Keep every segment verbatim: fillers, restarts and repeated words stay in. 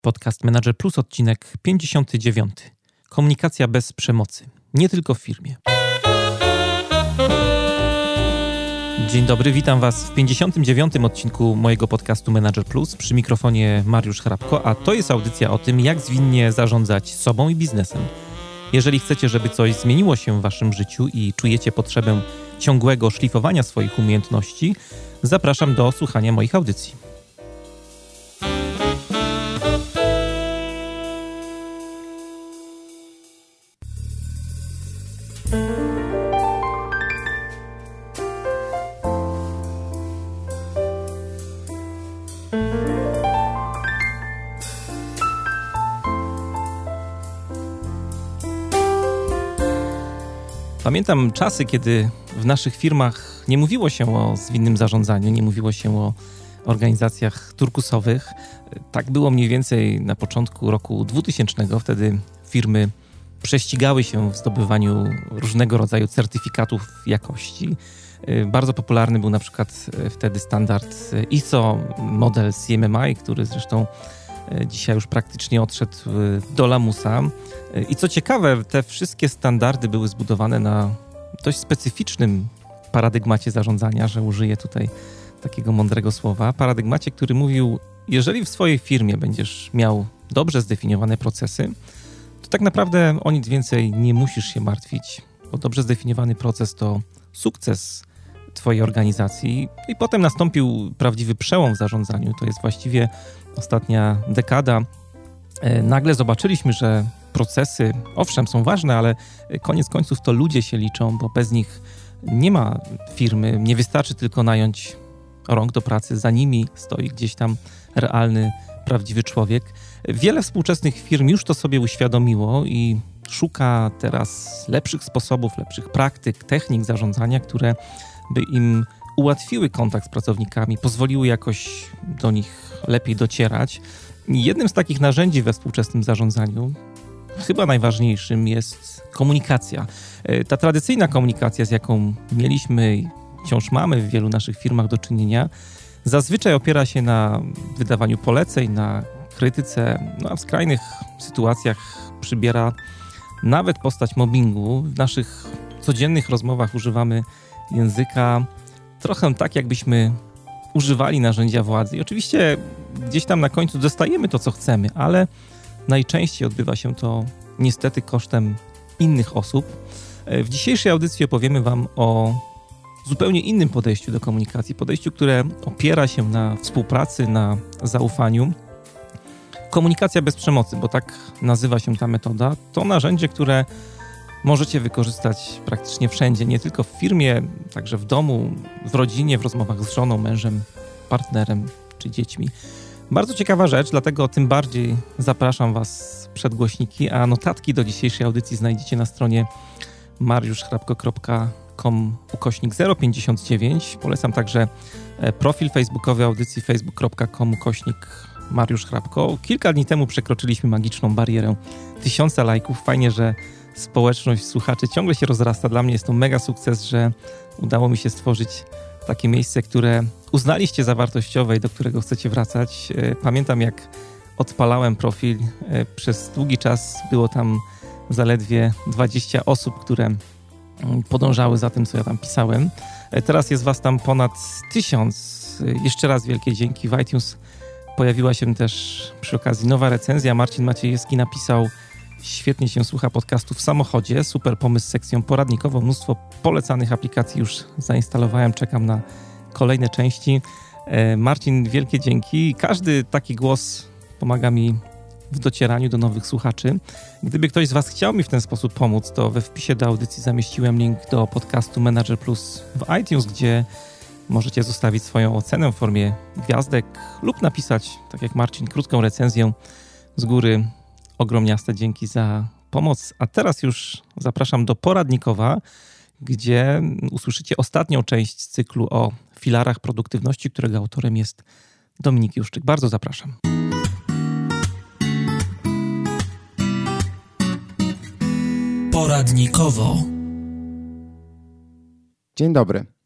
Podcast Manager Plus, odcinek pięćdziesiąty dziewiąty. Komunikacja bez przemocy. Nie tylko w firmie. Dzień dobry, witam Was w pięćdziesiątym dziewiątym odcinku mojego podcastu Manager Plus. Przy mikrofonie Mariusz Hrabko, a to jest audycja o tym, jak zwinnie zarządzać sobą i biznesem. Jeżeli chcecie, żeby coś zmieniło się w Waszym życiu i czujecie potrzebę ciągłego szlifowania swoich umiejętności, zapraszam do słuchania moich audycji. Pamiętam czasy, kiedy w naszych firmach nie mówiło się o zwinnym zarządzaniu, nie mówiło się o organizacjach turkusowych. Tak było mniej więcej na początku roku dwutysięcznego. Wtedy firmy prześcigały się w zdobywaniu różnego rodzaju certyfikatów jakości. Bardzo popularny był na przykład wtedy standard I S O, model C M M I, który zresztą dzisiaj już praktycznie odszedł do lamusa. I co ciekawe, te wszystkie standardy były zbudowane na dość specyficznym paradygmacie zarządzania, że użyję tutaj takiego mądrego słowa. Paradygmacie, który mówił, jeżeli w swojej firmie będziesz miał dobrze zdefiniowane procesy, to tak naprawdę o nic więcej nie musisz się martwić, bo dobrze zdefiniowany proces to sukces Twojej organizacji. I potem nastąpił prawdziwy przełom w zarządzaniu. To jest właściwie ostatnia dekada. Nagle zobaczyliśmy, że procesy, owszem, są ważne, ale koniec końców to ludzie się liczą, bo bez nich nie ma firmy. Nie wystarczy tylko nająć rąk do pracy. Za nimi stoi gdzieś tam realny, prawdziwy człowiek. Wiele współczesnych firm już to sobie uświadomiło i szuka teraz lepszych sposobów, lepszych praktyk, technik zarządzania, które by im ułatwiły kontakt z pracownikami, pozwoliły jakoś do nich lepiej docierać. I jednym z takich narzędzi we współczesnym zarządzaniu, chyba najważniejszym, jest komunikacja. Ta tradycyjna komunikacja, z jaką mieliśmy i wciąż mamy w wielu naszych firmach do czynienia, zazwyczaj opiera się na wydawaniu poleceń, na krytyce, no a w skrajnych sytuacjach przybiera nawet postać mobbingu. W naszych codziennych rozmowach używamy języka trochę tak, jakbyśmy używali narzędzia władzy. I oczywiście gdzieś tam na końcu dostajemy to, co chcemy, ale najczęściej odbywa się to niestety kosztem innych osób. W dzisiejszej audycji opowiemy Wam o zupełnie innym podejściu do komunikacji. Podejściu, które opiera się na współpracy, na zaufaniu. Komunikacja bez przemocy, bo tak nazywa się ta metoda. To narzędzie, które możecie wykorzystać praktycznie wszędzie, nie tylko w firmie, także w domu, w rodzinie, w rozmowach z żoną, mężem, partnerem czy dziećmi. Bardzo ciekawa rzecz, dlatego tym bardziej zapraszam Was przed głośniki, a notatki do dzisiejszej audycji znajdziecie na stronie mariuszchrabko kropka com ukośnik zero pięćdziesiąt dziewięć. Polecam także profil facebookowy audycji facebook kropka com ukośnik Mariusz Hrabko. Kilka dni temu przekroczyliśmy magiczną barierę tysiąca lajków. Fajnie, że społeczność słuchaczy ciągle się rozrasta. Dla mnie jest to mega sukces, że udało mi się stworzyć takie miejsce, które uznaliście za wartościowe i do którego chcecie wracać. Pamiętam, jak odpalałem profil, przez długi czas było tam zaledwie dwadzieścia osób, które podążały za tym, co ja tam pisałem. Teraz jest Was tam ponad tysiąc. Jeszcze raz wielkie dzięki. W iTunes pojawiła się też przy okazji nowa recenzja. Marcin Maciejewski napisał: świetnie się słucha podcastu w samochodzie. Super pomysł z sekcją poradnikową. Mnóstwo polecanych aplikacji już zainstalowałem. Czekam na kolejne części. Marcin, wielkie dzięki. Każdy taki głos pomaga mi w docieraniu do nowych słuchaczy. Gdyby ktoś z Was chciał mi w ten sposób pomóc, to we wpisie do audycji zamieściłem link do podcastu Manager Plus w iTunes, gdzie możecie zostawić swoją ocenę w formie gwiazdek lub napisać, tak jak Marcin, krótką recenzję. Z góry ogromniaste dzięki za pomoc. A teraz już zapraszam do poradnikowa, gdzie usłyszycie ostatnią część z cyklu o filarach produktywności, którego autorem jest Dominik Juszczyk. Bardzo zapraszam. Poradnikowo. Dzień dobry.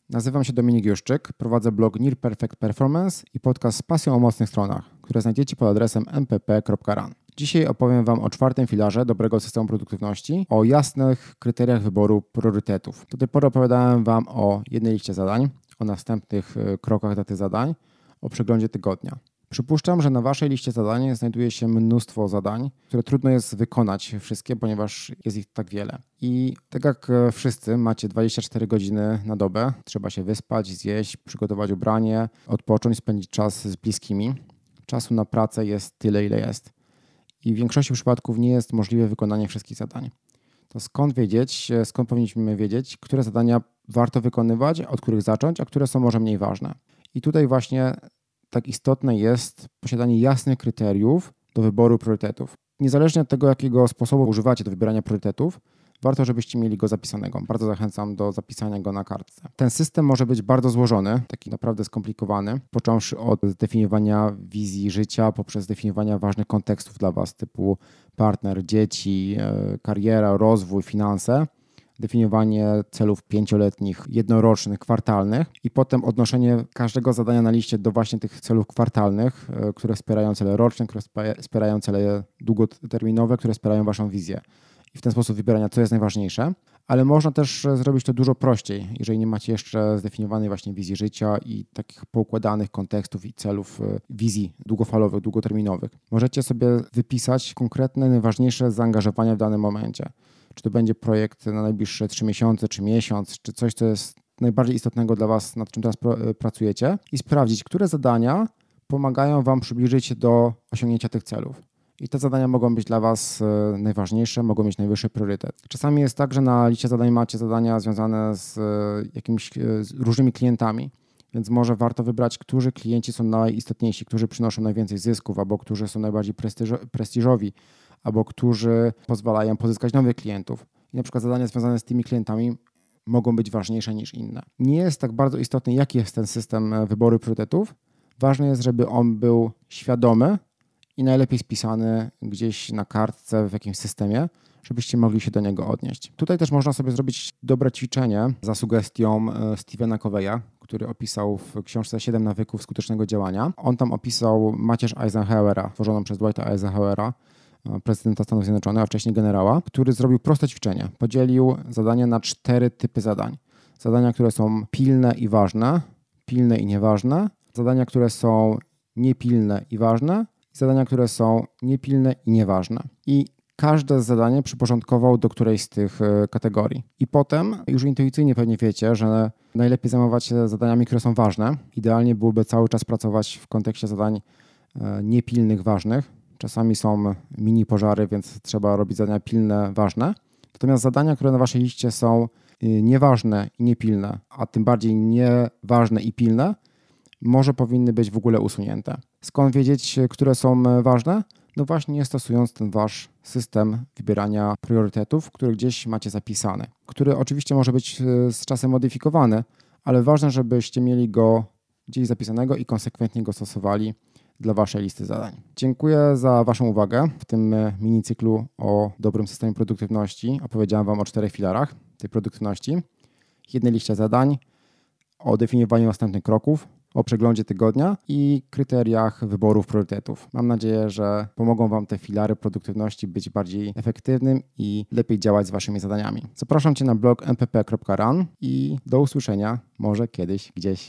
Nazywam się Dominik Juszczyk, prowadzę blog Near Perfect Performance i podcast z pasją o mocnych stronach, które znajdziecie pod adresem m p p kropka run. Dzisiaj opowiem Wam o czwartym filarze dobrego systemu produktywności, o jasnych kryteriach wyboru priorytetów. Do tej pory opowiadałem Wam o jednej liście zadań, o następnych krokach do tych zadań, o przeglądzie tygodnia. Przypuszczam, że na Waszej liście zadań znajduje się mnóstwo zadań, które trudno jest wykonać wszystkie, ponieważ jest ich tak wiele. I tak jak wszyscy macie dwadzieścia cztery godziny na dobę, trzeba się wyspać, zjeść, przygotować ubranie, odpocząć, spędzić czas z bliskimi. Czasu na pracę jest tyle, ile jest. I w większości przypadków nie jest możliwe wykonanie wszystkich zadań. To skąd wiedzieć, skąd powinniśmy wiedzieć, które zadania warto wykonywać, od których zacząć, a które są może mniej ważne. I tutaj właśnie tak istotne jest posiadanie jasnych kryteriów do wyboru priorytetów. Niezależnie od tego, jakiego sposobu używacie do wybierania priorytetów, warto, żebyście mieli go zapisanego. Bardzo zachęcam do zapisania go na kartce. Ten system może być bardzo złożony, taki naprawdę skomplikowany, począwszy od zdefiniowania wizji życia, poprzez zdefiniowania ważnych kontekstów dla Was, typu partner, dzieci, kariera, rozwój, finanse, definiowanie celów pięcioletnich, jednorocznych, kwartalnych i potem odnoszenie każdego zadania na liście do właśnie tych celów kwartalnych, które wspierają cele roczne, które wspierają cele długoterminowe, które wspierają Waszą wizję. I w ten sposób wybierania, co jest najważniejsze, ale można też zrobić to dużo prościej, jeżeli nie macie jeszcze zdefiniowanej właśnie wizji życia i takich poukładanych kontekstów i celów wizji długofalowych, długoterminowych. Możecie sobie wypisać konkretne, najważniejsze zaangażowania w danym momencie. Czy to będzie projekt na najbliższe trzy miesiące, czy miesiąc, czy coś, co jest najbardziej istotnego dla Was, nad czym teraz pracujecie i sprawdzić, które zadania pomagają Wam przybliżyć się do osiągnięcia tych celów. I te zadania mogą być dla Was najważniejsze, mogą mieć najwyższy priorytet. Czasami jest tak, że na liście zadań macie zadania związane z jakimiś z różnymi klientami, więc może warto wybrać, którzy klienci są najistotniejsi, którzy przynoszą najwięcej zysków, albo którzy są najbardziej prestiżo- prestiżowi, albo którzy pozwalają pozyskać nowych klientów. I na przykład zadania związane z tymi klientami mogą być ważniejsze niż inne. Nie jest tak bardzo istotne, jaki jest ten system wyboru priorytetów. Ważne jest, żeby on był świadomy i najlepiej spisany gdzieś na kartce w jakimś systemie, żebyście mogli się do niego odnieść. Tutaj też można sobie zrobić dobre ćwiczenie za sugestią Stephena Coveya, który opisał w książce siedem nawyków skutecznego działania. On tam opisał macierz Eisenhowera, tworzoną przez Dwighta Eisenhowera, prezydenta Stanów Zjednoczonych, a wcześniej generała, który zrobił proste ćwiczenie. Podzielił zadania na cztery typy zadań. Zadania, które są pilne i ważne, pilne i nieważne, zadania, które są niepilne i ważne, i zadania, które są niepilne i nieważne. I każde zadanie przyporządkował do którejś z tych kategorii. I potem już intuicyjnie pewnie wiecie, że najlepiej zajmować się zadaniami, które są ważne. Idealnie byłoby cały czas pracować w kontekście zadań niepilnych, ważnych. Czasami są mini pożary, więc trzeba robić zadania pilne, ważne. Natomiast zadania, które na Waszej liście są nieważne i niepilne, a tym bardziej nieważne i pilne, może powinny być w ogóle usunięte. Skąd wiedzieć, które są ważne? No właśnie stosując ten Wasz system wybierania priorytetów, który gdzieś macie zapisany, który oczywiście może być z czasem modyfikowany, ale ważne, żebyście mieli go gdzieś zapisanego i konsekwentnie go stosowali dla Waszej listy zadań. Dziękuję za Waszą uwagę. W tym minicyklu o dobrym systemie produktywności opowiedziałem Wam o czterech filarach tej produktywności. Jednej liście zadań, o definiowaniu następnych kroków, o przeglądzie tygodnia i kryteriach wyborów priorytetów. Mam nadzieję, że pomogą Wam te filary produktywności być bardziej efektywnym i lepiej działać z Waszymi zadaniami. Zapraszam Cię na blog m p p kropka run i do usłyszenia może kiedyś gdzieś.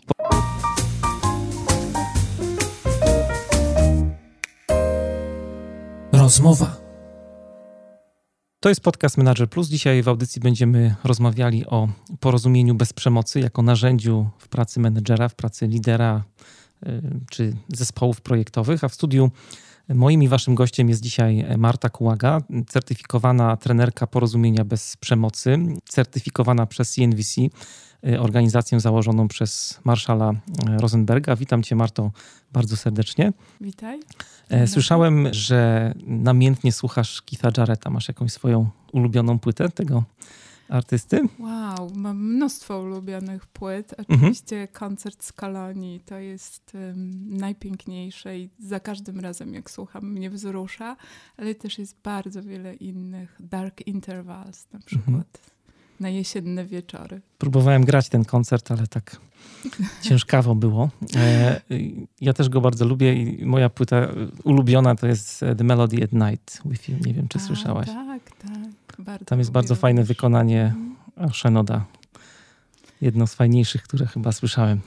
Rozmowa. To jest podcast Manager Plus. Dzisiaj w audycji będziemy rozmawiali o porozumieniu bez przemocy jako narzędziu w pracy menedżera, w pracy lidera yy, czy zespołów projektowych. A w studiu moim i waszym gościem jest dzisiaj Marta Kułaga, certyfikowana trenerka porozumienia bez przemocy, certyfikowana przez C N V C, organizację założoną przez Marshalla Rosenberga. Witam Cię, Marto, bardzo serdecznie. Witaj. Słyszałem, że namiętnie słuchasz Keitha Jarretta. Masz jakąś swoją ulubioną płytę tego artysty? Wow, mam mnóstwo ulubionych płyt. Oczywiście mhm. koncert z Kolonii to jest um, najpiękniejsze i za każdym razem jak słucham mnie wzrusza, ale też jest bardzo wiele innych. Dark Intervals na przykład. Mhm. na jesienne wieczory. Próbowałem grać ten koncert, ale tak ciężkawo było. Ja też go bardzo lubię i moja płyta ulubiona to jest The Melody at Night with You. Nie wiem, czy A, słyszałaś. Tak, tak. Bardzo Tam jest bardzo fajne również. wykonanie Shenoda. Jedno z fajniejszych, które chyba słyszałem.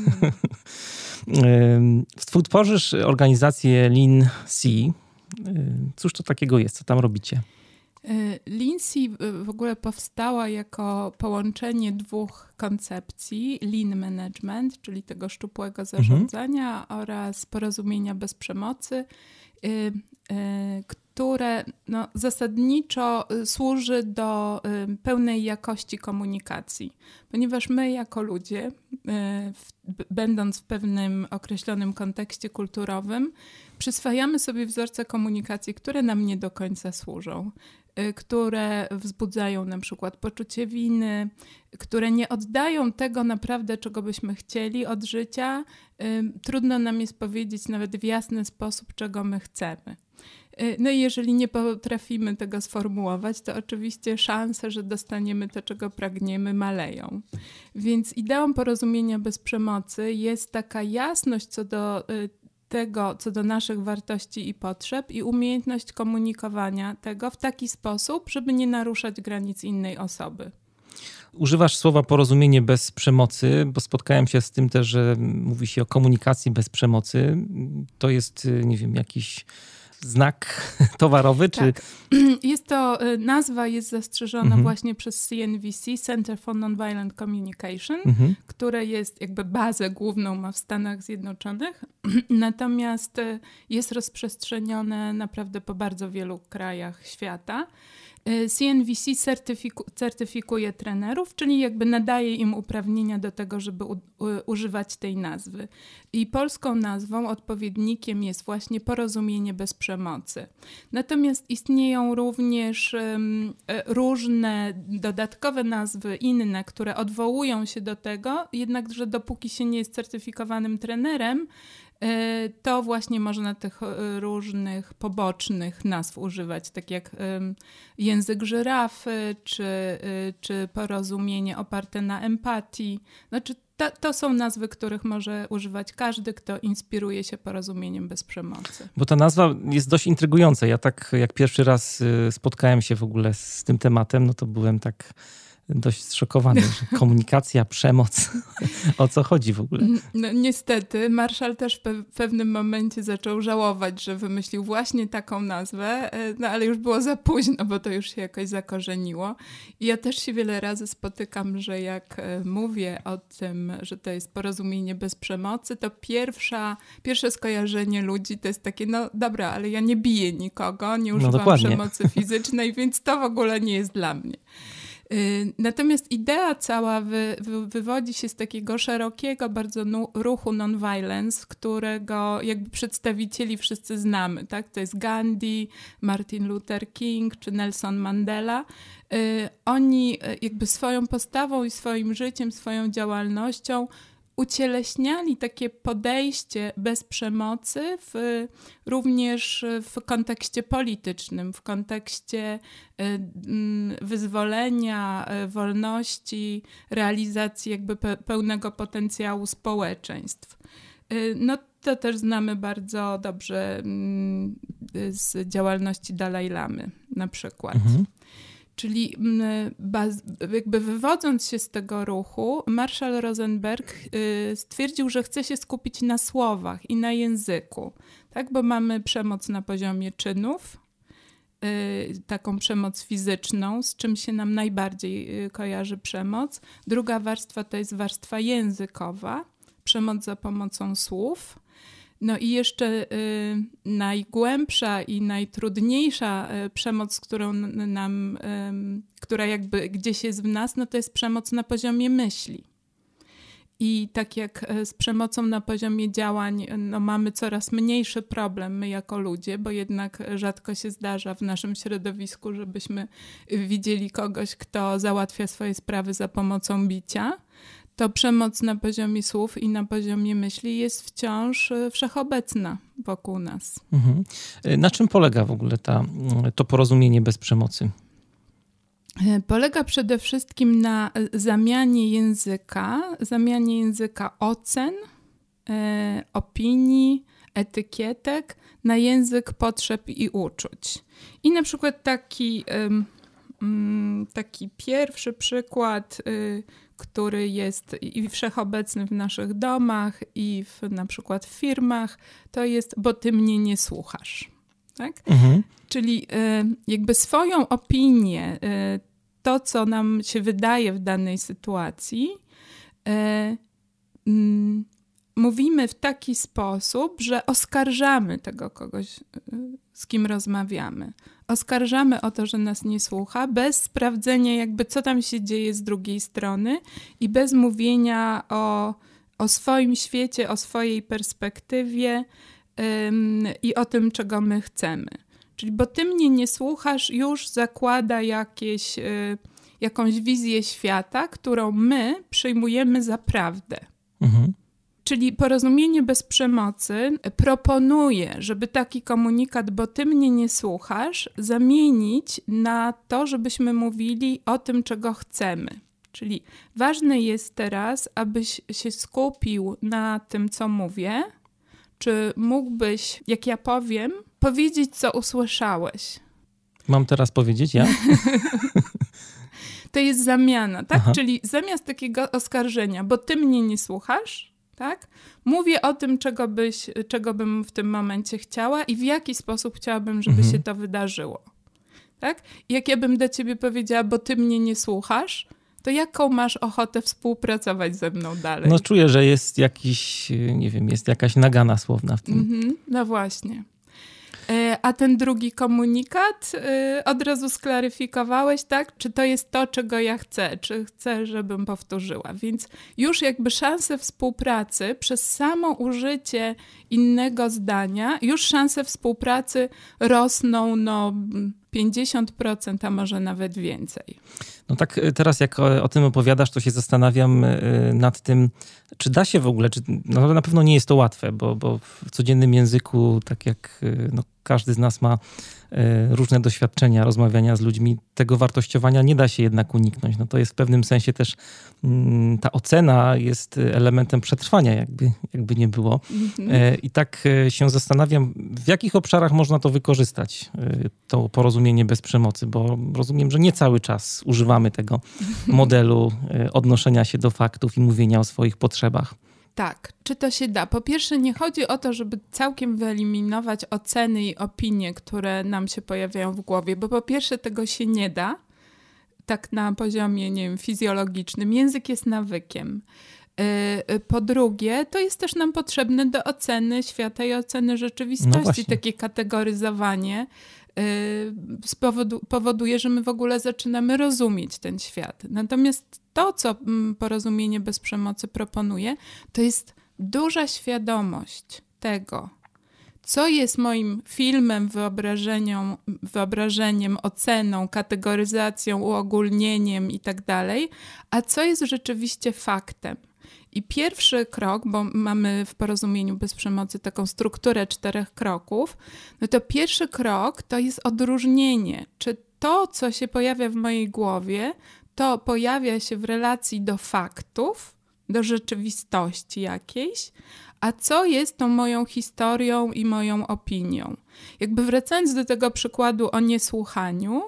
Mm. Współtworzysz organizację Lean C. Cóż to takiego jest? Co tam robicie? Lean C w ogóle powstała jako połączenie dwóch koncepcji. Lean Management, czyli tego szczupłego zarządzania mhm. oraz porozumienia bez przemocy, które no, zasadniczo służy do pełnej jakości komunikacji. Ponieważ my jako ludzie, będąc w pewnym określonym kontekście kulturowym, przyswajamy sobie wzorce komunikacji, które nam nie do końca służą, które wzbudzają na przykład poczucie winy, które nie oddają tego naprawdę, czego byśmy chcieli od życia. Trudno nam jest powiedzieć nawet w jasny sposób, czego my chcemy. No i jeżeli nie potrafimy tego sformułować, to oczywiście szanse, że dostaniemy to, czego pragniemy, maleją. Więc ideą porozumienia bez przemocy jest taka jasność co do tego, co do naszych wartości i potrzeb i umiejętność komunikowania tego w taki sposób, żeby nie naruszać granic innej osoby. Używasz słowa porozumienie bez przemocy, bo spotkałem się z tym też, że mówi się o komunikacji bez przemocy. To jest, nie wiem, jakiś znak towarowy? Czy... Tak. Jest to, nazwa jest zastrzeżona mhm. właśnie przez C N V C, Center for Nonviolent Communication, mhm. które jest jakby bazę główną ma w Stanach Zjednoczonych, natomiast jest rozprzestrzenione naprawdę po bardzo wielu krajach świata. C N V C certyfiku- certyfikuje trenerów, czyli jakby nadaje im uprawnienia do tego, żeby u- u- używać tej nazwy. I polską nazwą, odpowiednikiem jest właśnie porozumienie bez przemocy. Natomiast istnieją również um, różne dodatkowe nazwy inne, które odwołują się do tego, jednakże dopóki się nie jest certyfikowanym trenerem, to właśnie można tych różnych pobocznych nazw używać, tak jak język żyrafy, czy, czy porozumienie oparte na empatii. Znaczy, to, to są nazwy, których może używać każdy, kto inspiruje się porozumieniem bez przemocy. Bo ta nazwa jest dość intrygująca. Ja tak jak pierwszy raz spotkałem się w ogóle z tym tematem, no to byłem tak dość zszokowany, że komunikacja, przemoc, o co chodzi w ogóle? No, niestety, Marshall też w pe- pewnym momencie zaczął żałować, że wymyślił właśnie taką nazwę, no ale już było za późno, bo to już się jakoś zakorzeniło. I ja też się wiele razy spotykam, że jak mówię o tym, że to jest porozumienie bez przemocy, to pierwsza, pierwsze skojarzenie ludzi to jest takie, no dobra, ale ja nie biję nikogo, nie używam no, przemocy fizycznej, więc to w ogóle nie jest dla mnie. Natomiast idea cała wy, wy, wywodzi się z takiego szerokiego bardzo nu, ruchu non-violence, którego jakby przedstawicieli wszyscy znamy. Tak? To jest Gandhi, Martin Luther King czy Nelson Mandela. Yy, oni jakby swoją postawą i swoim życiem, swoją działalnością ucieleśniali takie podejście bez przemocy w, również w kontekście politycznym, w kontekście wyzwolenia, wolności, realizacji jakby pełnego potencjału społeczeństw. No to też znamy bardzo dobrze z działalności Dalaj Lamy na przykład. Mhm. Czyli baz, jakby wywodząc się z tego ruchu, Marshall Rosenberg y, stwierdził, że chce się skupić na słowach i na języku, tak? Bo mamy przemoc na poziomie czynów, y, taką przemoc fizyczną, z czym się nam najbardziej y, kojarzy przemoc. Druga warstwa to jest warstwa językowa, przemoc za pomocą słów. No i jeszcze y, najgłębsza i najtrudniejsza y, przemoc, którą nam, y, która jakby gdzieś jest w nas, no to jest przemoc na poziomie myśli. I tak jak z przemocą na poziomie działań, no mamy coraz mniejszy problem my jako ludzie, bo jednak rzadko się zdarza w naszym środowisku, żebyśmy widzieli kogoś, kto załatwia swoje sprawy za pomocą bicia. To przemoc na poziomie słów i na poziomie myśli jest wciąż wszechobecna wokół nas. Mhm. Na czym polega w ogóle ta, to porozumienie bez przemocy? polega przede wszystkim na zamianie języka, zamianie języka ocen, e, opinii, etykietek na język potrzeb i uczuć. I na przykład taki, um, taki pierwszy przykład, y, który jest i wszechobecny w naszych domach i w, na przykład w firmach, to jest, bo ty mnie nie słuchasz. Tak? Mhm. Czyli y, jakby swoją opinię, y, to co nam się wydaje w danej sytuacji, y, y, mówimy w taki sposób, że oskarżamy tego kogoś, z kim rozmawiamy. Oskarżamy o to, że nas nie słucha, bez sprawdzenia jakby co tam się dzieje z drugiej strony i bez mówienia o, o swoim świecie, o swojej perspektywie ym, i o tym, czego my chcemy. Czyli bo ty mnie nie słuchasz, już zakłada jakieś, y, jakąś wizję świata, którą my przyjmujemy za prawdę. Mhm. Czyli Porozumienie bez przemocy proponuje, żeby taki komunikat, bo ty mnie nie słuchasz, zamienić na to, żebyśmy mówili o tym, czego chcemy. Czyli ważne jest teraz, abyś się skupił na tym, co mówię. Czy mógłbyś, jak ja powiem, powiedzieć, co usłyszałeś? Mam teraz powiedzieć ja? To jest zamiana, tak? Aha. Czyli zamiast takiego oskarżenia, bo ty mnie nie słuchasz, tak? Mówię o tym, czego, byś, czego bym w tym momencie chciała i w jaki sposób chciałabym, żeby mhm. się to wydarzyło. Tak? I jak ja bym do ciebie powiedziała, bo ty mnie nie słuchasz, to jaką masz ochotę współpracować ze mną dalej? No czuję, że jest jakiś, nie wiem, jest jakaś nagana słowna w tym. Mhm. No właśnie. A ten drugi komunikat yy, od razu sklaryfikowałeś, tak? Czy to jest to, czego ja chcę? Czy chcę, żebym powtórzyła? Więc już jakby szanse współpracy przez samo użycie innego zdania, już szanse współpracy rosną no pięćdziesiąt procent, a może nawet więcej. No tak teraz jak o, o tym opowiadasz, to się zastanawiam nad tym, czy da się w ogóle, czy, no na pewno nie jest to łatwe, bo, bo w codziennym języku, tak jak no, każdy z nas ma różne doświadczenia rozmawiania z ludźmi, tego wartościowania nie da się jednak uniknąć. No to jest w pewnym sensie też ta ocena jest elementem przetrwania, jakby, jakby nie było. Mm-hmm. I tak się zastanawiam, w jakich obszarach można to wykorzystać, to porozumienie bez przemocy, bo rozumiem, że nie cały czas używamy tego modelu odnoszenia się do faktów i mówienia o swoich potrzebach. Tak, czy to się da? Po pierwsze, nie chodzi o to, żeby całkiem wyeliminować oceny i opinie, które nam się pojawiają w głowie, bo po pierwsze tego się nie da, tak na poziomie, nie wiem, fizjologicznym. Język jest nawykiem. Po drugie, to jest też nam potrzebne do oceny świata i oceny rzeczywistości. No takie kategoryzowanie Spowodu, powoduje, że my w ogóle zaczynamy rozumieć ten świat. Natomiast to, co Porozumienie bez przemocy proponuje, to jest duża świadomość tego, co jest moim filmem, wyobrażeniem, wyobrażeniem, oceną, kategoryzacją, uogólnieniem i tak dalej, a co jest rzeczywiście faktem. I pierwszy krok, bo mamy w Porozumieniu bez przemocy taką strukturę czterech kroków, no to pierwszy krok to jest odróżnienie, czy to, co się pojawia w mojej głowie, to pojawia się w relacji do faktów, do rzeczywistości jakiejś, a co jest tą moją historią i moją opinią. Jakby wracając do tego przykładu o niesłuchaniu,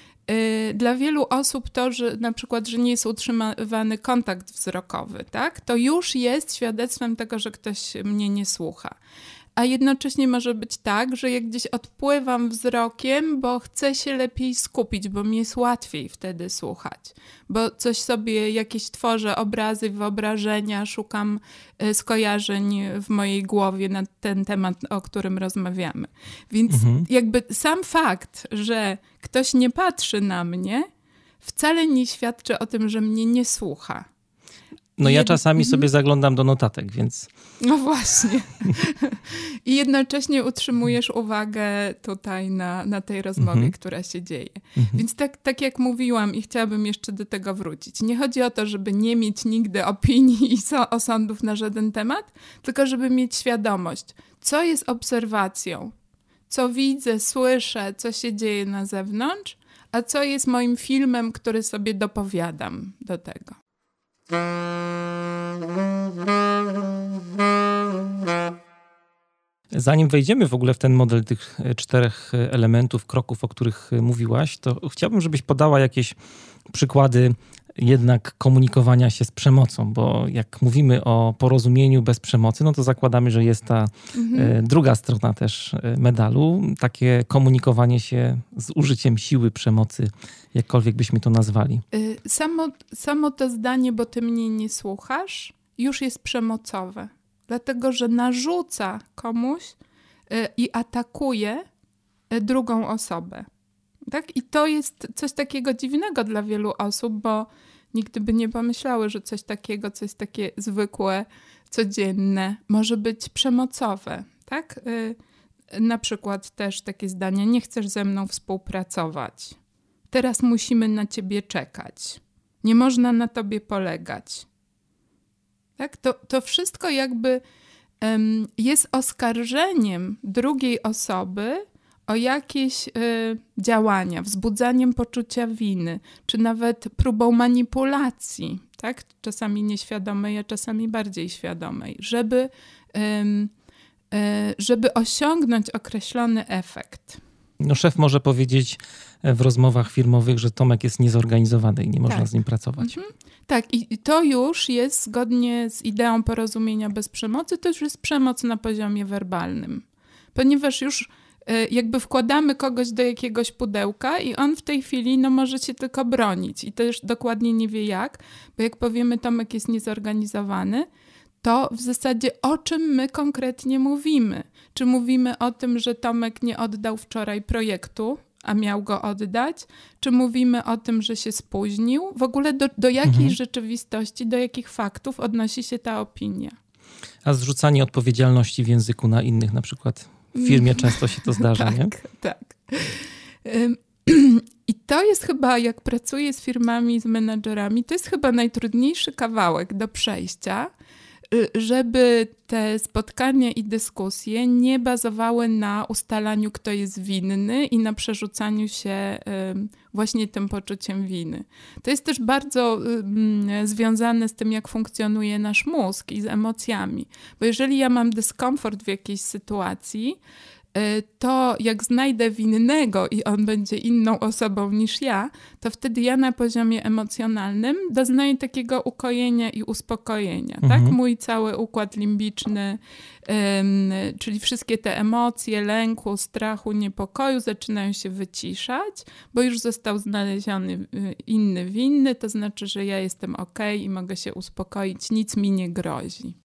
dla wielu osób to, że na przykład, że nie jest utrzymywany kontakt wzrokowy, tak, to już jest świadectwem tego, że ktoś mnie nie słucha. A jednocześnie może być tak, że jak gdzieś odpływam wzrokiem, bo chcę się lepiej skupić, bo mi jest łatwiej wtedy słuchać. Bo coś sobie, jakieś tworzę obrazy, wyobrażenia, szukam skojarzeń w mojej głowie na ten temat, o którym rozmawiamy. Więc mhm. jakby sam fakt, że ktoś nie patrzy na mnie, wcale nie świadczy o tym, że mnie nie słucha. No ja czasami sobie zaglądam do notatek, więc... No właśnie. I jednocześnie utrzymujesz uwagę tutaj na, na tej rozmowie, mhm. która się dzieje. Mhm. Więc tak, tak jak mówiłam i chciałabym jeszcze do tego wrócić. Nie chodzi o to, żeby nie mieć nigdy opinii i so, osądów na żaden temat, tylko żeby mieć świadomość, co jest obserwacją, co widzę, słyszę, co się dzieje na zewnątrz, a co jest moim filmem, który sobie dopowiadam do tego. Zanim wejdziemy w ogóle w ten model tych czterech elementów, kroków, o których mówiłaś, to chciałbym, żebyś podała jakieś przykłady jednak komunikowania się z przemocą, bo jak mówimy o porozumieniu bez przemocy, no to zakładamy, że jest ta mhm. druga strona też medalu, takie komunikowanie się z użyciem siły, przemocy, jakkolwiek byśmy to nazwali. Samo, samo to zdanie, bo ty mnie nie słuchasz, już jest przemocowe, dlatego że narzuca komuś i atakuje drugą osobę. Tak? I to jest coś takiego dziwnego dla wielu osób, bo nigdy by nie pomyślały, że coś takiego, coś takie zwykłe, codzienne może być przemocowe. Tak? Yy, na przykład też takie zdania: nie chcesz ze mną współpracować. Teraz musimy na ciebie czekać. Nie można na tobie polegać. Tak? To, to wszystko jakby ym, jest oskarżeniem drugiej osoby o jakieś y, działania, wzbudzaniem poczucia winy, czy nawet próbą manipulacji, tak? Czasami nieświadomej, a czasami bardziej świadomej, żeby, y, y, żeby osiągnąć określony efekt. No, szef może powiedzieć w rozmowach firmowych, że Tomek jest niezorganizowany i nie można tak. z nim pracować. Mhm. Tak, i to już jest zgodnie z ideą porozumienia bez przemocy, to już jest przemoc na poziomie werbalnym, ponieważ już jakby wkładamy kogoś do jakiegoś pudełka i on w tej chwili no, może się tylko bronić i też dokładnie nie wie jak, bo jak powiemy Tomek jest niezorganizowany, to w zasadzie o czym my konkretnie mówimy? Czy mówimy o tym, że Tomek nie oddał wczoraj projektu, a miał go oddać? Czy mówimy o tym, że się spóźnił? W ogóle do, do jakiej mhm. rzeczywistości, do jakich faktów odnosi się ta opinia? A zrzucanie odpowiedzialności w języku na innych na przykład w firmie często się to zdarza, tak, nie? Tak. I to jest chyba, jak pracuję z firmami, z menadżerami, to jest chyba najtrudniejszy kawałek do przejścia, żeby te spotkania i dyskusje nie bazowały na ustalaniu, kto jest winny i na przerzucaniu się właśnie tym poczuciem winy. To jest też bardzo związane z tym, jak funkcjonuje nasz mózg i z emocjami. Bo jeżeli ja mam dyskomfort w jakiejś sytuacji, to jak znajdę winnego i on będzie inną osobą niż ja, to wtedy ja na poziomie emocjonalnym doznaję takiego ukojenia i uspokojenia. Mhm. Tak? Mój cały układ limbiczny, um, czyli wszystkie te emocje lęku, strachu, niepokoju zaczynają się wyciszać, bo już został znaleziony inny winny, to znaczy, że ja jestem okej i mogę się uspokoić, nic mi nie grozi.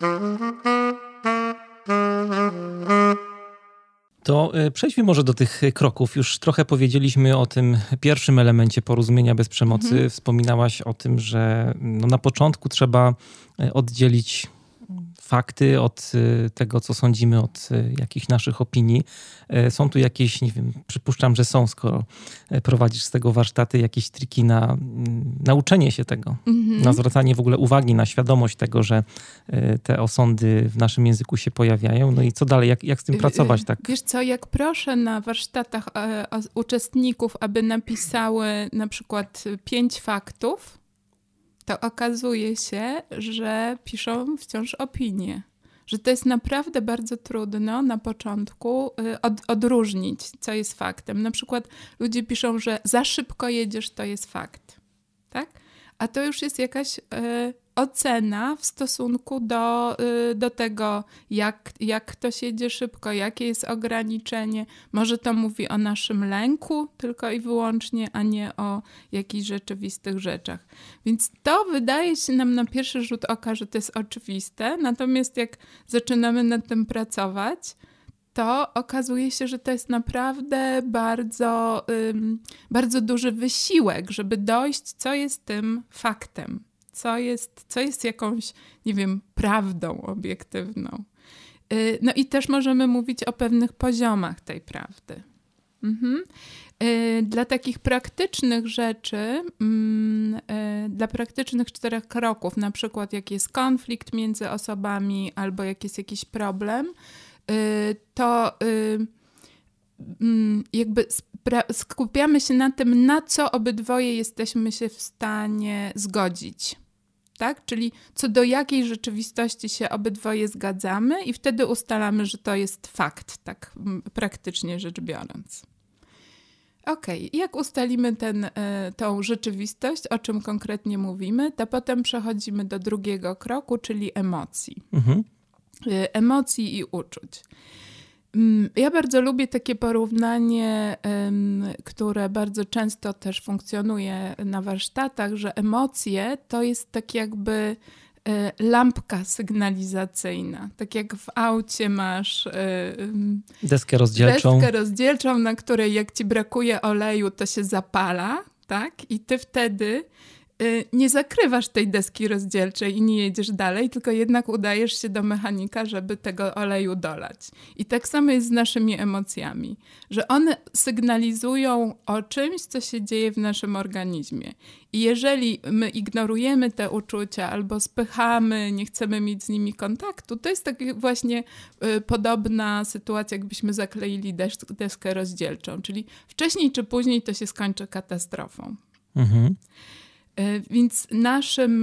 To przejdźmy może do tych kroków. Już trochę powiedzieliśmy o tym pierwszym elemencie porozumienia bez przemocy. Mhm. Wspominałaś o tym, że no na początku trzeba oddzielić fakty od tego, co sądzimy, od jakichś naszych opinii. Są tu jakieś, nie wiem, przypuszczam, że są, skoro prowadzisz z tego warsztaty, jakieś triki na nauczenie się tego, mhm. na zwracanie w ogóle uwagi, na świadomość tego, że te osądy w naszym języku się pojawiają. No i co dalej? Jak, jak z tym pracować? Tak? Wiesz co, jak proszę na warsztatach uczestników, aby napisały na przykład pięć faktów, to okazuje się, że piszą wciąż opinie. Że to jest naprawdę bardzo trudno na początku od, odróżnić, co jest faktem. Na przykład ludzie piszą, że za szybko jedziesz, to jest fakt. Tak? A to już jest jakaś y, ocena w stosunku do, y, do tego, jak, jak ktoś jedzie szybko, jakie jest ograniczenie. Może to mówi o naszym lęku tylko i wyłącznie, a nie o jakichś rzeczywistych rzeczach. Więc to wydaje się nam na pierwszy rzut oka, że to jest oczywiste. Natomiast jak zaczynamy nad tym pracować, to okazuje się, że to jest naprawdę bardzo, um, bardzo duży wysiłek, żeby dojść, co jest tym faktem, co jest, co jest jakąś, nie wiem, prawdą obiektywną. Yy, no i też możemy mówić o pewnych poziomach tej prawdy. Mhm. Yy, dla takich praktycznych rzeczy, yy, dla praktycznych czterech kroków, na przykład jak jest konflikt między osobami albo jak jest jakiś problem, to jakby spra- skupiamy się na tym, na co obydwoje jesteśmy się w stanie zgodzić. Tak? Czyli co do jakiej rzeczywistości się obydwoje zgadzamy i wtedy ustalamy, że to jest fakt, tak praktycznie rzecz biorąc. Okej, okay. Jak ustalimy ten, y, tą rzeczywistość, o czym konkretnie mówimy, to potem przechodzimy do drugiego kroku, czyli emocji. Mhm. Y, emocji i uczuć. Ja bardzo lubię takie porównanie, które bardzo często też funkcjonuje na warsztatach, że emocje to jest tak jakby lampka sygnalizacyjna. Tak jak w aucie masz deskę rozdzielczą. deskę rozdzielczą, na której jak ci brakuje oleju, to się zapala, tak? I ty wtedy nie zakrywasz tej deski rozdzielczej i nie jedziesz dalej, tylko jednak udajesz się do mechanika, żeby tego oleju dolać. I tak samo jest z naszymi emocjami, że one sygnalizują o czymś, co się dzieje w naszym organizmie. I jeżeli my ignorujemy te uczucia albo spychamy, nie chcemy mieć z nimi kontaktu, to jest tak właśnie y, podobna sytuacja, jakbyśmy zakleili des- deskę rozdzielczą. Czyli wcześniej czy później to się skończy katastrofą. Mhm. Więc naszym,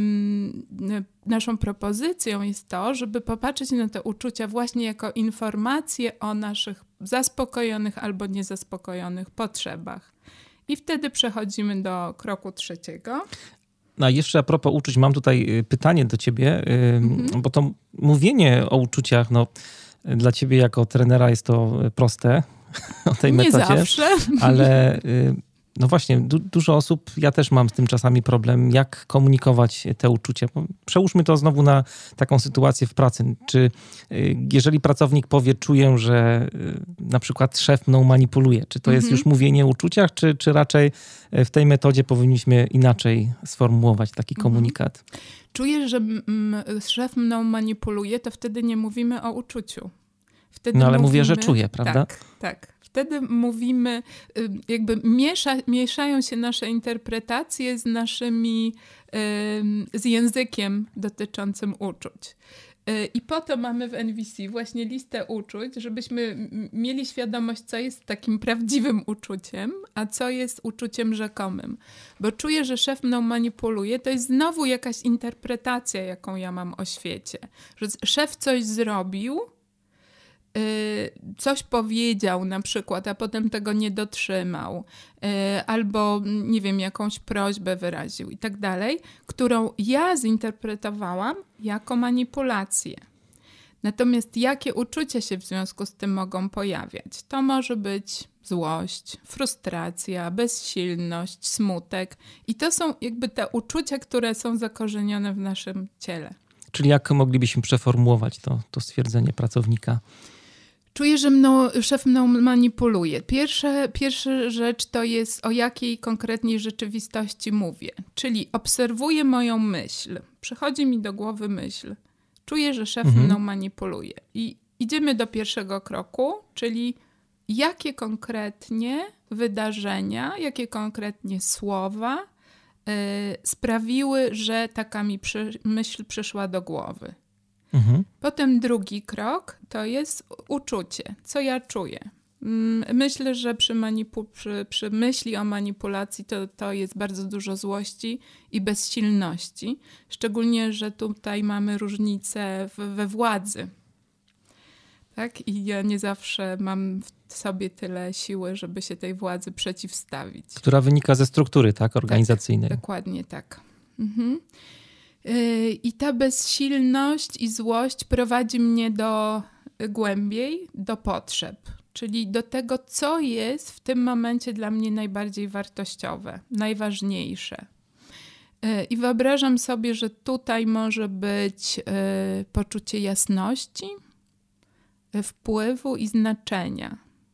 naszą propozycją jest to, żeby popatrzeć na te uczucia właśnie jako informacje o naszych zaspokojonych albo niezaspokojonych potrzebach. I wtedy przechodzimy do kroku trzeciego. No a jeszcze a propos uczuć, mam tutaj pytanie do ciebie, mhm. bo to mówienie o uczuciach, no dla ciebie jako trenera jest to proste o tej Nie metodzie. zawsze. Ale... No właśnie, du- dużo osób, ja też mam z tym czasami problem, jak komunikować te uczucia. Przełóżmy to znowu na taką sytuację w pracy. Czy y, jeżeli pracownik powie, czuję, że y, na przykład szef mną manipuluje, czy to mm-hmm. jest już mówienie o uczuciach, czy, czy raczej w tej metodzie powinniśmy inaczej sformułować taki mm-hmm. komunikat? Czuję, że m- szef mną manipuluje, to wtedy nie mówimy o uczuciu. Wtedy no ale mówimy, mówię, że czuję, prawda? Tak, tak. Wtedy mówimy, jakby miesza, mieszają się nasze interpretacje z naszymi, z językiem dotyczącym uczuć. I po to mamy w N V C właśnie listę uczuć, żebyśmy mieli świadomość, co jest takim prawdziwym uczuciem, a co jest uczuciem rzekomym. Bo czuję, że szef mną manipuluje, to jest znowu jakaś interpretacja, jaką ja mam o świecie. Że szef coś zrobił, coś powiedział na przykład, a potem tego nie dotrzymał, albo nie wiem, jakąś prośbę wyraził i tak dalej, którą ja zinterpretowałam jako manipulację. Natomiast jakie uczucia się w związku z tym mogą pojawiać? To może być złość, frustracja, bezsilność, smutek i to są jakby te uczucia, które są zakorzenione w naszym ciele. Czyli jak moglibyśmy przeformułować to, to stwierdzenie pracownika? Czuję, że mną, szef mną manipuluje. Pierwsza, pierwsza rzecz to jest, o jakiej konkretnej rzeczywistości mówię. Czyli obserwuję moją myśl. Przychodzi mi do głowy myśl. Czuję, że szef mhm. mną manipuluje. I idziemy do pierwszego kroku, czyli jakie konkretnie wydarzenia, jakie konkretnie słowa yy, sprawiły, że taka mi przy, myśl przyszła do głowy. Mhm. Potem drugi krok to jest uczucie, co ja czuję. Myślę, że przy, manipu- przy, przy myśli o manipulacji to, to jest bardzo dużo złości i bezsilności. Szczególnie, że tutaj mamy różnicę w, we władzy. Tak? I ja nie zawsze mam w sobie tyle siły, żeby się tej władzy przeciwstawić. Która wynika ze struktury, tak, organizacyjnej. Tak, dokładnie tak. Mhm. I ta bezsilność i złość prowadzi mnie do głębiej, do potrzeb, czyli do tego, co jest w tym momencie dla mnie najbardziej wartościowe, najważniejsze. I wyobrażam sobie, że tutaj może być poczucie jasności, wpływu i znaczenia.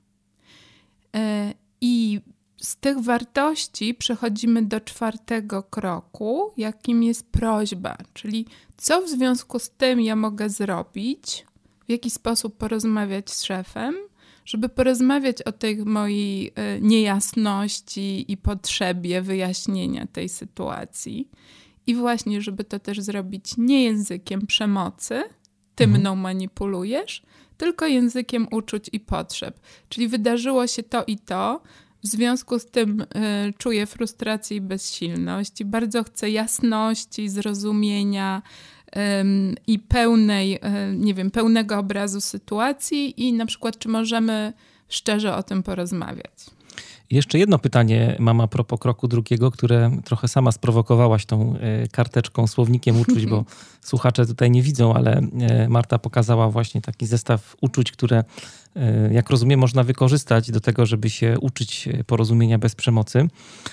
I z tych wartości przechodzimy do czwartego kroku, jakim jest prośba, czyli co w związku z tym ja mogę zrobić, w jaki sposób porozmawiać z szefem, żeby porozmawiać o tej mojej niejasności i potrzebie wyjaśnienia tej sytuacji. I właśnie, żeby to też zrobić nie językiem przemocy, ty mhm. mną manipulujesz, tylko językiem uczuć i potrzeb. Czyli wydarzyło się to i to, w związku z tym y, czuję frustrację i bezsilność i bardzo chcę jasności, zrozumienia y, i pełnej, y, nie wiem, pełnego obrazu sytuacji i na przykład czy możemy szczerze o tym porozmawiać. Jeszcze jedno pytanie mam a propos kroku drugiego, które trochę sama sprowokowałaś tą karteczką, słownikiem uczuć, bo słuchacze tutaj nie widzą, ale Marta pokazała właśnie taki zestaw uczuć, które, jak rozumiem, można wykorzystać do tego, żeby się uczyć porozumienia bez przemocy.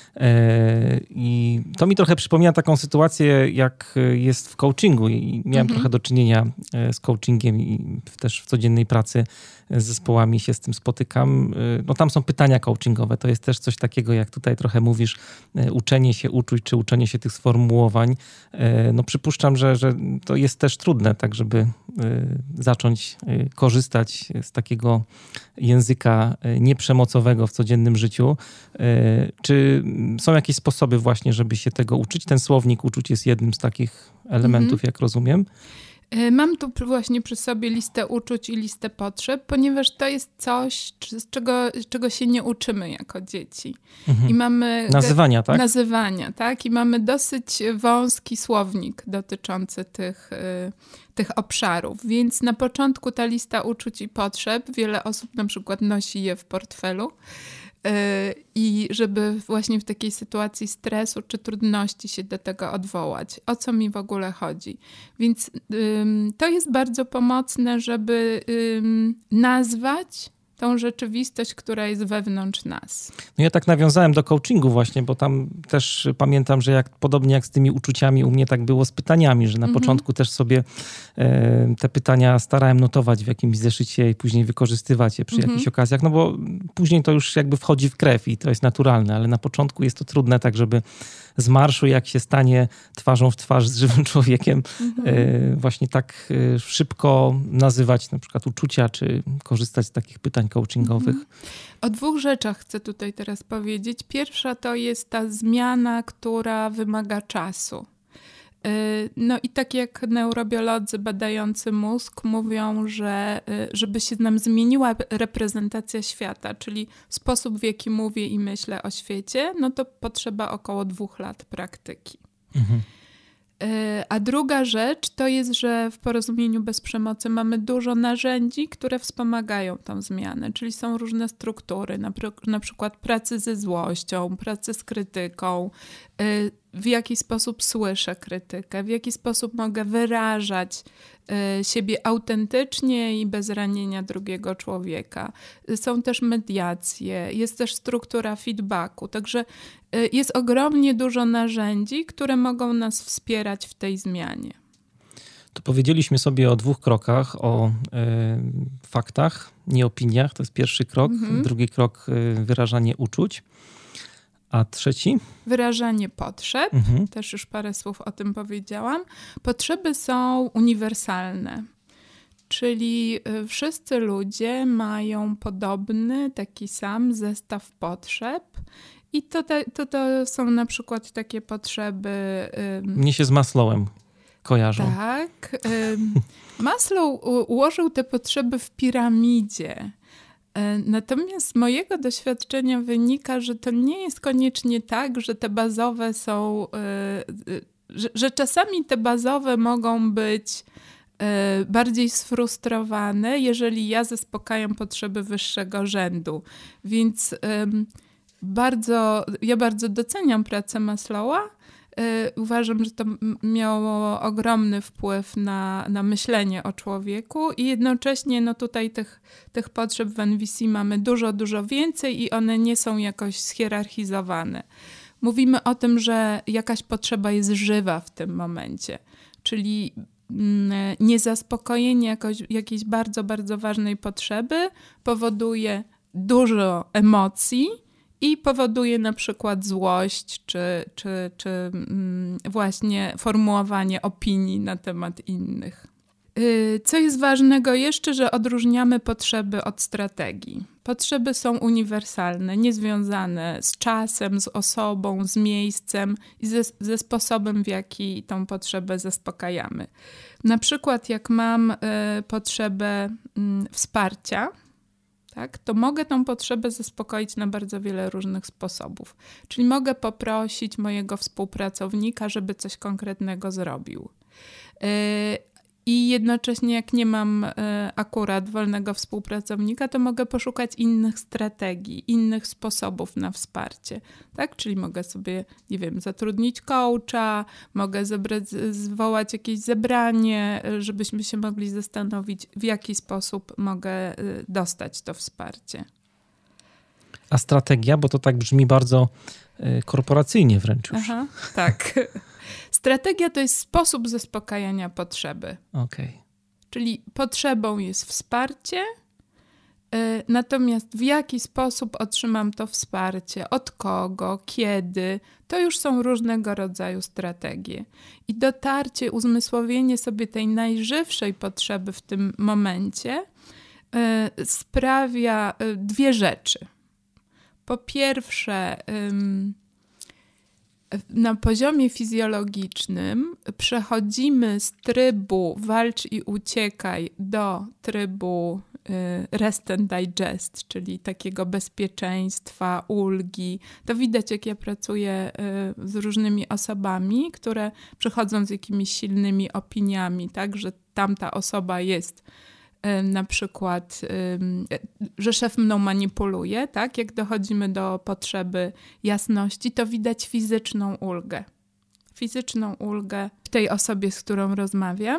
I to mi trochę przypomina taką sytuację, jak jest w coachingu. I miałem mhm. trochę do czynienia z coachingiem i też w codziennej pracy z zespołami się z tym spotykam. No tam są pytania coachingowe. To jest też coś takiego, jak tutaj trochę mówisz, uczenie się uczuć, czy uczenie się tych sformułowań. No przypuszczam, że, że to jest też trudne, tak żeby zacząć korzystać z takiego języka nieprzemocowego w codziennym życiu. Czy są jakieś sposoby właśnie, żeby się tego uczyć? Ten słownik uczuć jest jednym z takich elementów, mhm. jak rozumiem. Mam tu właśnie przy sobie listę uczuć i listę potrzeb, ponieważ to jest coś, z czego, czego się nie uczymy jako dzieci. Mhm. I mamy nazywania, tak? Nazywania, tak. I mamy dosyć wąski słownik dotyczący tych, tych obszarów. Więc na początku ta lista uczuć i potrzeb, wiele osób na przykład nosi je w portfelu. I żeby właśnie w takiej sytuacji stresu czy trudności się do tego odwołać. O co mi w ogóle chodzi? Więc ym, to jest bardzo pomocne, żeby ym, nazwać tą rzeczywistość, która jest wewnątrz nas. No ja tak nawiązałem do coachingu właśnie, bo tam też pamiętam, że jak podobnie jak z tymi uczuciami u mnie tak było z pytaniami, że na mhm. początku też sobie e, te pytania starałem notować w jakimś zeszycie i później wykorzystywać je przy mhm. jakichś okazjach, no bo później to już jakby wchodzi w krew i to jest naturalne, ale na początku jest to trudne tak, żeby z marszu, jak się stanie twarzą w twarz z żywym człowiekiem, mhm. e, właśnie tak e, szybko nazywać na przykład uczucia, czy korzystać z takich pytań coachingowych. Mhm. O dwóch rzeczach chcę tutaj teraz powiedzieć. Pierwsza to jest ta zmiana, która wymaga czasu. No i tak jak neurobiolodzy badający mózg mówią, że żeby się nam zmieniła reprezentacja świata, czyli sposób, w jaki mówię i myślę o świecie, no to potrzeba około dwóch lat praktyki. Mhm. A druga rzecz to jest, że w porozumieniu bez przemocy mamy dużo narzędzi, które wspomagają tą zmianę, czyli są różne struktury, na, pr- na przykład pracy ze złością, pracy z krytyką, w jaki sposób słyszę krytykę, w jaki sposób mogę wyrażać siebie autentycznie i bez ranienia drugiego człowieka. Są też mediacje, jest też struktura feedbacku, także jest ogromnie dużo narzędzi, które mogą nas wspierać w tej zmianie. To powiedzieliśmy sobie o dwóch krokach, o y, faktach, nie opiniach, to jest pierwszy krok. Mhm. Drugi krok y, wyrażanie uczuć. A trzeci? Wyrażanie potrzeb. Mhm. Też już parę słów o tym powiedziałam. Potrzeby są uniwersalne. Czyli wszyscy ludzie mają podobny, taki sam zestaw potrzeb. I to, te, to, to są na przykład takie potrzeby... Um, Mnie się z Maslowem kojarzą. Tak. Um, Maslow ułożył te potrzeby w piramidzie. Natomiast z mojego doświadczenia wynika, że to nie jest koniecznie tak, że te bazowe są, że, że czasami te bazowe mogą być bardziej sfrustrowane, jeżeli ja zaspokajam potrzeby wyższego rzędu. Więc bardzo, ja bardzo doceniam pracę Maslowa. Uważam, że to miało ogromny wpływ na, na myślenie o człowieku i jednocześnie no tutaj tych, tych potrzeb w N V C mamy dużo, dużo więcej i one nie są jakoś schierarchizowane. Mówimy o tym, że jakaś potrzeba jest żywa w tym momencie, czyli niezaspokojenie jakoś, jakiejś bardzo, bardzo ważnej potrzeby powoduje dużo emocji, i powoduje na przykład złość, czy, czy, czy właśnie formułowanie opinii na temat innych. Co jest ważnego jeszcze, że odróżniamy potrzeby od strategii. Potrzeby są uniwersalne, niezwiązane z czasem, z osobą, z miejscem i ze, ze sposobem, w jaki tą potrzebę zaspokajamy. Na przykład jak mam y, potrzebę y, wsparcia, tak, to mogę tą potrzebę zaspokoić na bardzo wiele różnych sposobów. Czyli mogę poprosić mojego współpracownika, żeby coś konkretnego zrobił. Y, I jednocześnie jak nie mam y, akurat wolnego współpracownika, to mogę poszukać innych strategii, innych sposobów na wsparcie. Tak? Czyli mogę sobie, nie wiem, zatrudnić coacha, mogę zebrać, zwołać jakieś zebranie, żebyśmy się mogli zastanowić, w jaki sposób mogę y, dostać to wsparcie. A strategia, bo to tak brzmi bardzo y, korporacyjnie wręcz już. Aha, tak. Strategia to jest sposób zaspokajania potrzeby. Okej. Okay. Czyli potrzebą jest wsparcie, yy, natomiast w jaki sposób otrzymam to wsparcie, od kogo, kiedy, to już są różnego rodzaju strategie. I dotarcie, uzmysłowienie sobie tej najżywszej potrzeby w tym momencie yy, sprawia yy, dwie rzeczy. Po pierwsze, yy, na poziomie fizjologicznym przechodzimy z trybu walcz i uciekaj do trybu rest and digest, czyli takiego bezpieczeństwa, ulgi. To widać, jak ja pracuję z różnymi osobami, które przychodzą z jakimiś silnymi opiniami, tak, że tamta osoba jest na przykład, że szef mną manipuluje, tak? Jak dochodzimy do potrzeby jasności, to widać fizyczną ulgę. Fizyczną ulgę w tej osobie, z którą rozmawiam.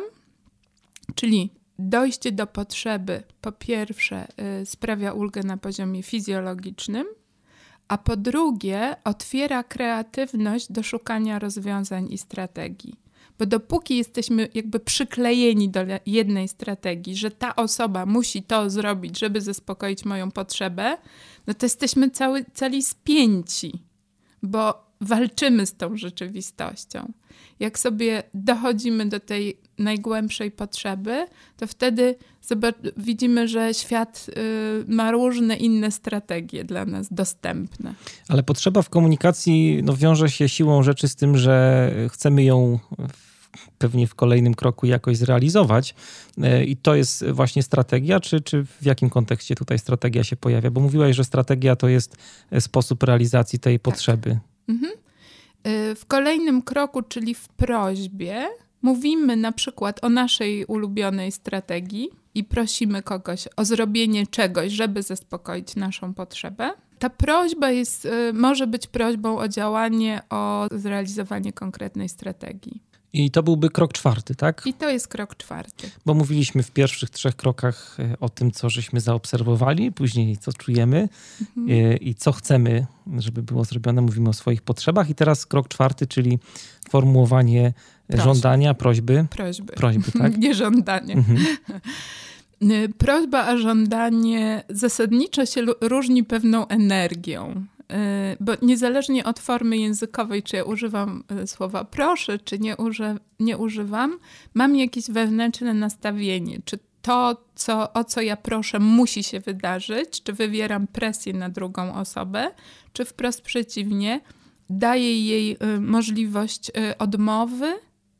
Czyli dojście do potrzeby, po pierwsze, sprawia ulgę na poziomie fizjologicznym, a po drugie, otwiera kreatywność do szukania rozwiązań i strategii. Bo dopóki jesteśmy jakby przyklejeni do jednej strategii, że ta osoba musi to zrobić, żeby zaspokoić moją potrzebę, no to jesteśmy cały, cali spięci, bo walczymy z tą rzeczywistością. Jak sobie dochodzimy do tej najgłębszej potrzeby, to wtedy zobacz- widzimy, że świat y, ma różne inne strategie dla nas dostępne. Ale potrzeba w komunikacji no, wiąże się siłą rzeczy z tym, że chcemy ją pewnie w kolejnym kroku jakoś zrealizować. I to jest właśnie strategia, czy, czy w jakim kontekście tutaj strategia się pojawia? Bo mówiłaś, że strategia to jest sposób realizacji tej potrzeby. Tak. Mhm. W kolejnym kroku, czyli w prośbie, mówimy na przykład o naszej ulubionej strategii i prosimy kogoś o zrobienie czegoś, żeby zaspokoić naszą potrzebę. Ta prośba jest, może być prośbą o działanie, o zrealizowanie konkretnej strategii. I to byłby krok czwarty, tak? I to jest krok czwarty. Bo mówiliśmy w pierwszych trzech krokach o tym, co żeśmy zaobserwowali, później co czujemy mhm. i co chcemy, żeby było zrobione. Mówimy o swoich potrzebach. I teraz krok czwarty, czyli formułowanie Prośb. żądania, prośby. Prośby. Prośby, tak? Nie żądanie. Mhm. Prośba a żądanie zasadniczo się różni pewną energią. Bo niezależnie od formy językowej, czy ja używam słowa proszę, czy nie, uży, nie używam, mam jakieś wewnętrzne nastawienie. Czy to, co, o co ja proszę, musi się wydarzyć, czy wywieram presję na drugą osobę, czy wprost przeciwnie, daję jej możliwość odmowy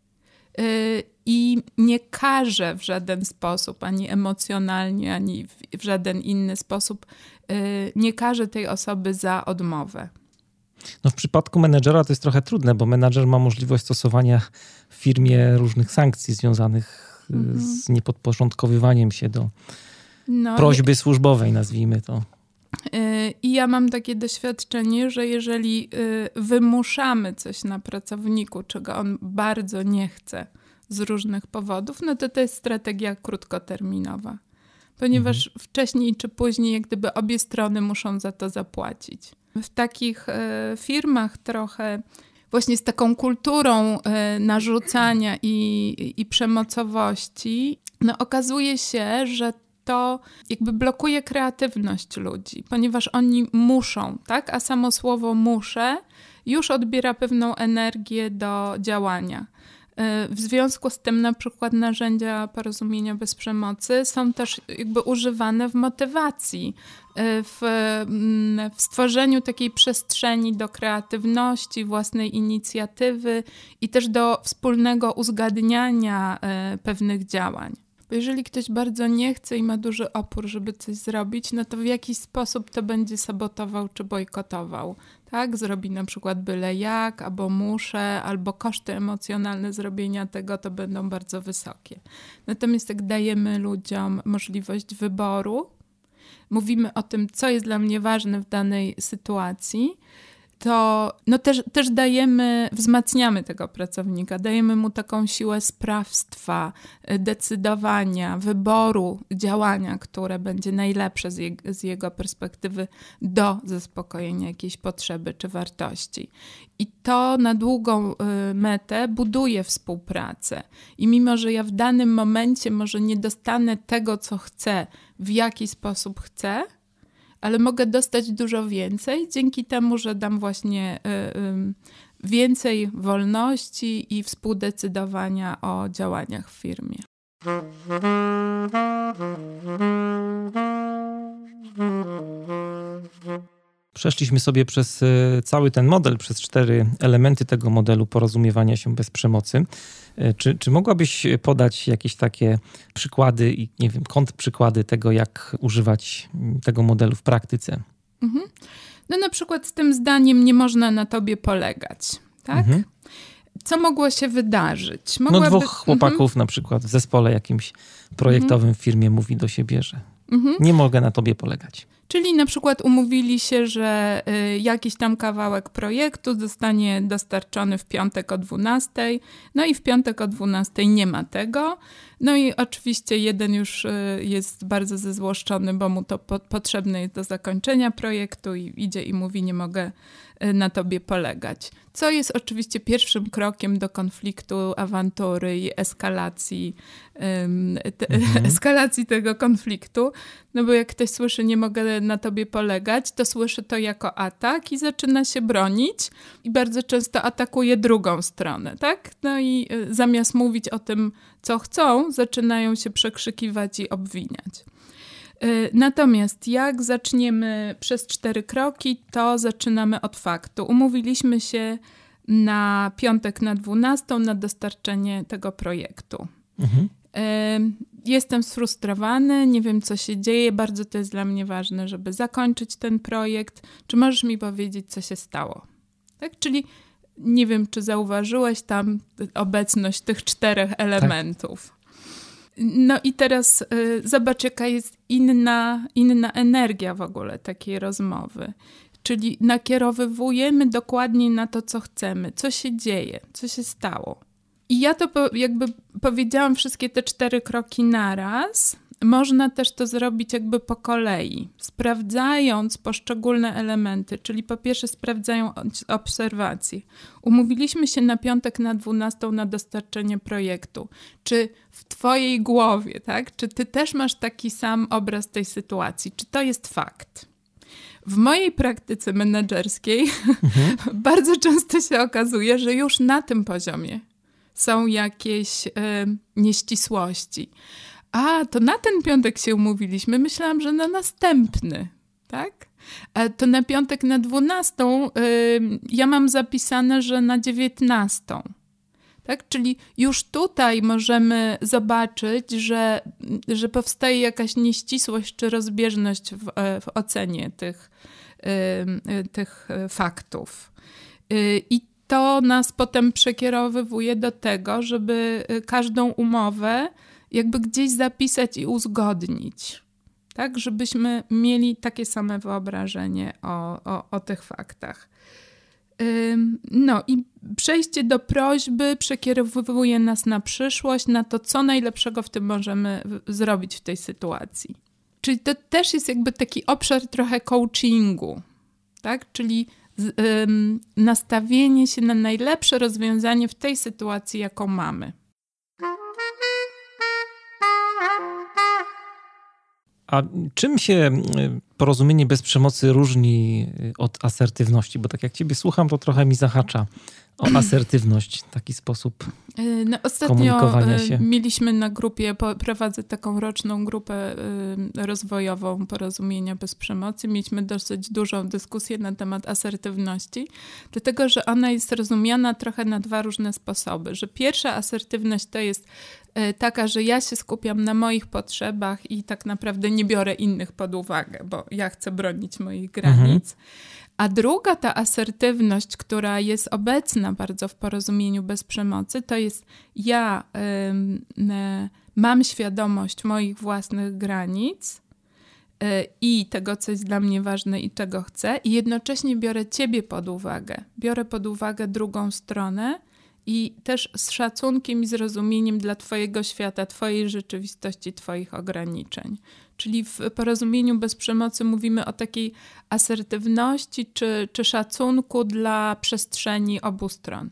i nie karzę w żaden sposób, ani emocjonalnie, ani w żaden inny sposób, nie karzę tej osoby za odmowę. No w przypadku menedżera to jest trochę trudne, bo menedżer ma możliwość stosowania w firmie różnych sankcji związanych mm-hmm. z niepodporządkowywaniem się do no, prośby i... służbowej, nazwijmy to. I ja mam takie doświadczenie, że jeżeli wymuszamy coś na pracowniku, czego on bardzo nie chce z różnych powodów, no to to jest strategia krótkoterminowa. Ponieważ mhm. wcześniej czy później jak gdyby obie strony muszą za to zapłacić. W takich y, firmach trochę właśnie z taką kulturą y, narzucania i, i przemocowości, no okazuje się, że to jakby blokuje kreatywność ludzi, ponieważ oni muszą, tak? A samo słowo muszę już odbiera pewną energię do działania. W związku z tym na przykład narzędzia porozumienia bez przemocy są też jakby używane w motywacji, w, w stworzeniu takiej przestrzeni do kreatywności, własnej inicjatywy i też do wspólnego uzgadniania pewnych działań. Bo jeżeli ktoś bardzo nie chce i ma duży opór, żeby coś zrobić, no to w jakiś sposób to będzie sabotował czy bojkotował. Tak? Zrobi na przykład byle jak, albo muszę, albo koszty emocjonalne zrobienia tego to będą bardzo wysokie. Natomiast jak dajemy ludziom możliwość wyboru, mówimy o tym, co jest dla mnie ważne w danej sytuacji, to no też, też dajemy, wzmacniamy tego pracownika, dajemy mu taką siłę sprawstwa, decydowania, wyboru działania, które będzie najlepsze z, je, z jego perspektywy do zaspokojenia jakiejś potrzeby czy wartości. I to na długą metę buduje współpracę. I mimo, że ja w danym momencie może nie dostanę tego, co chcę, w jaki sposób chcę, ale mogę dostać dużo więcej dzięki temu, że dam właśnie y, y, więcej wolności i współdecydowania o działaniach w firmie. Przeszliśmy sobie przez cały ten model, przez cztery elementy tego modelu porozumiewania się bez przemocy. Czy, czy mogłabyś podać jakieś takie przykłady i nie wiem, kontrprzykłady tego, jak używać tego modelu w praktyce? Mhm. No na przykład z tym zdaniem nie można na tobie polegać, tak? Mhm. Co mogło się wydarzyć? Mogłaby... No dwóch chłopaków mhm. na przykład w zespole jakimś projektowym mhm. w firmie mówi do siebie, że mhm. nie mogę na tobie polegać. Czyli na przykład umówili się, że y, jakiś tam kawałek projektu zostanie dostarczony w piątek o dwunastej, no i w piątek o dwunastej nie ma tego. No i oczywiście jeden już y, jest bardzo zezłoszczony, bo mu to po, potrzebne jest do zakończenia projektu i idzie i mówi, nie mogę y, na tobie polegać. Co jest oczywiście pierwszym krokiem do konfliktu, awantury i eskalacji, y, te, mhm. eskalacji tego konfliktu. No bo jak ktoś słyszy, nie mogę na tobie polegać, to słyszy to jako atak i zaczyna się bronić i bardzo często atakuje drugą stronę, tak? No i y, zamiast mówić o tym, co chcą, zaczynają się przekrzykiwać i obwiniać. Y, natomiast jak zaczniemy przez cztery kroki, to zaczynamy od faktu. Umówiliśmy się na piątek na dwunastą na dostarczenie tego projektu. Mhm. Y, Jestem sfrustrowany, nie wiem, co się dzieje, bardzo to jest dla mnie ważne, żeby zakończyć ten projekt. Czy możesz mi powiedzieć, co się stało? Tak? Czyli nie wiem, czy zauważyłeś tam obecność tych czterech elementów. Tak. No i teraz y, zobacz, jaka jest inna, inna energia w ogóle takiej rozmowy. Czyli nakierowujemy dokładnie na to, co chcemy, co się dzieje, co się stało. I ja to po, jakby powiedziałam wszystkie te cztery kroki naraz. Można też to zrobić jakby po kolei, sprawdzając poszczególne elementy, czyli po pierwsze sprawdzając obserwacje. Umówiliśmy się na piątek na dwunastą na dostarczenie projektu. Czy w twojej głowie, tak? Czy ty też masz taki sam obraz tej sytuacji? Czy to jest fakt? W mojej praktyce menedżerskiej mhm. bardzo często się okazuje, że już na tym poziomie są jakieś y, nieścisłości. A, to na ten piątek się umówiliśmy. Myślałam, że na następny, tak? A to na piątek na dwunastą y, ja mam zapisane, że na dziewiętnastą. Tak? Czyli już tutaj możemy zobaczyć, że, że powstaje jakaś nieścisłość czy rozbieżność w, w ocenie tych, y, tych faktów. Y, I to nas potem przekierowywuje do tego, żeby każdą umowę jakby gdzieś zapisać i uzgodnić, tak? Żebyśmy mieli takie same wyobrażenie o, o, o tych faktach. No i przejście do prośby przekierowuje nas na przyszłość, na to, co najlepszego w tym możemy zrobić w tej sytuacji. Czyli to też jest jakby taki obszar trochę coachingu, tak? Czyli z, ym, nastawienie się na najlepsze rozwiązanie w tej sytuacji, jaką mamy. A czym się porozumienie bez przemocy różni od asertywności? Bo tak jak ciebie słucham, to trochę mi zahacza o asertywność, taki sposób no, ostatnio komunikowania się. Mieliśmy na grupie, prowadzę taką roczną grupę rozwojową Porozumienia bez przemocy. Mieliśmy dosyć dużą dyskusję na temat asertywności, dlatego że ona jest rozumiana trochę na dwa różne sposoby. Że pierwsza asertywność to jest taka, że ja się skupiam na moich potrzebach i tak naprawdę nie biorę innych pod uwagę, bo ja chcę bronić moich granic. Mhm. A druga ta asertywność, która jest obecna bardzo w Porozumieniu bez przemocy, to jest ja y, y, mam świadomość moich własnych granic y, i tego, co jest dla mnie ważne i czego chcę, i jednocześnie biorę ciebie pod uwagę. Biorę pod uwagę drugą stronę i też z szacunkiem i zrozumieniem dla twojego świata, twojej rzeczywistości, twoich ograniczeń. Czyli w Porozumieniu bez przemocy mówimy o takiej asertywności czy, czy szacunku dla przestrzeni obu stron.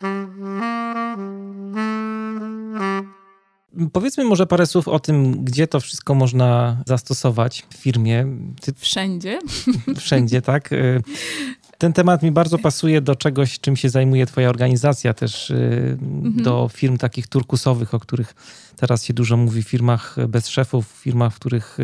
Powiedzmy może parę słów o tym, gdzie to wszystko można zastosować w firmie. Ty... Wszędzie. Wszędzie, tak. Ten temat mi bardzo pasuje do czegoś, czym się zajmuje twoja organizacja, też mhm. do firm takich turkusowych, o których teraz się dużo mówi, w firmach bez szefów, w firmach, w których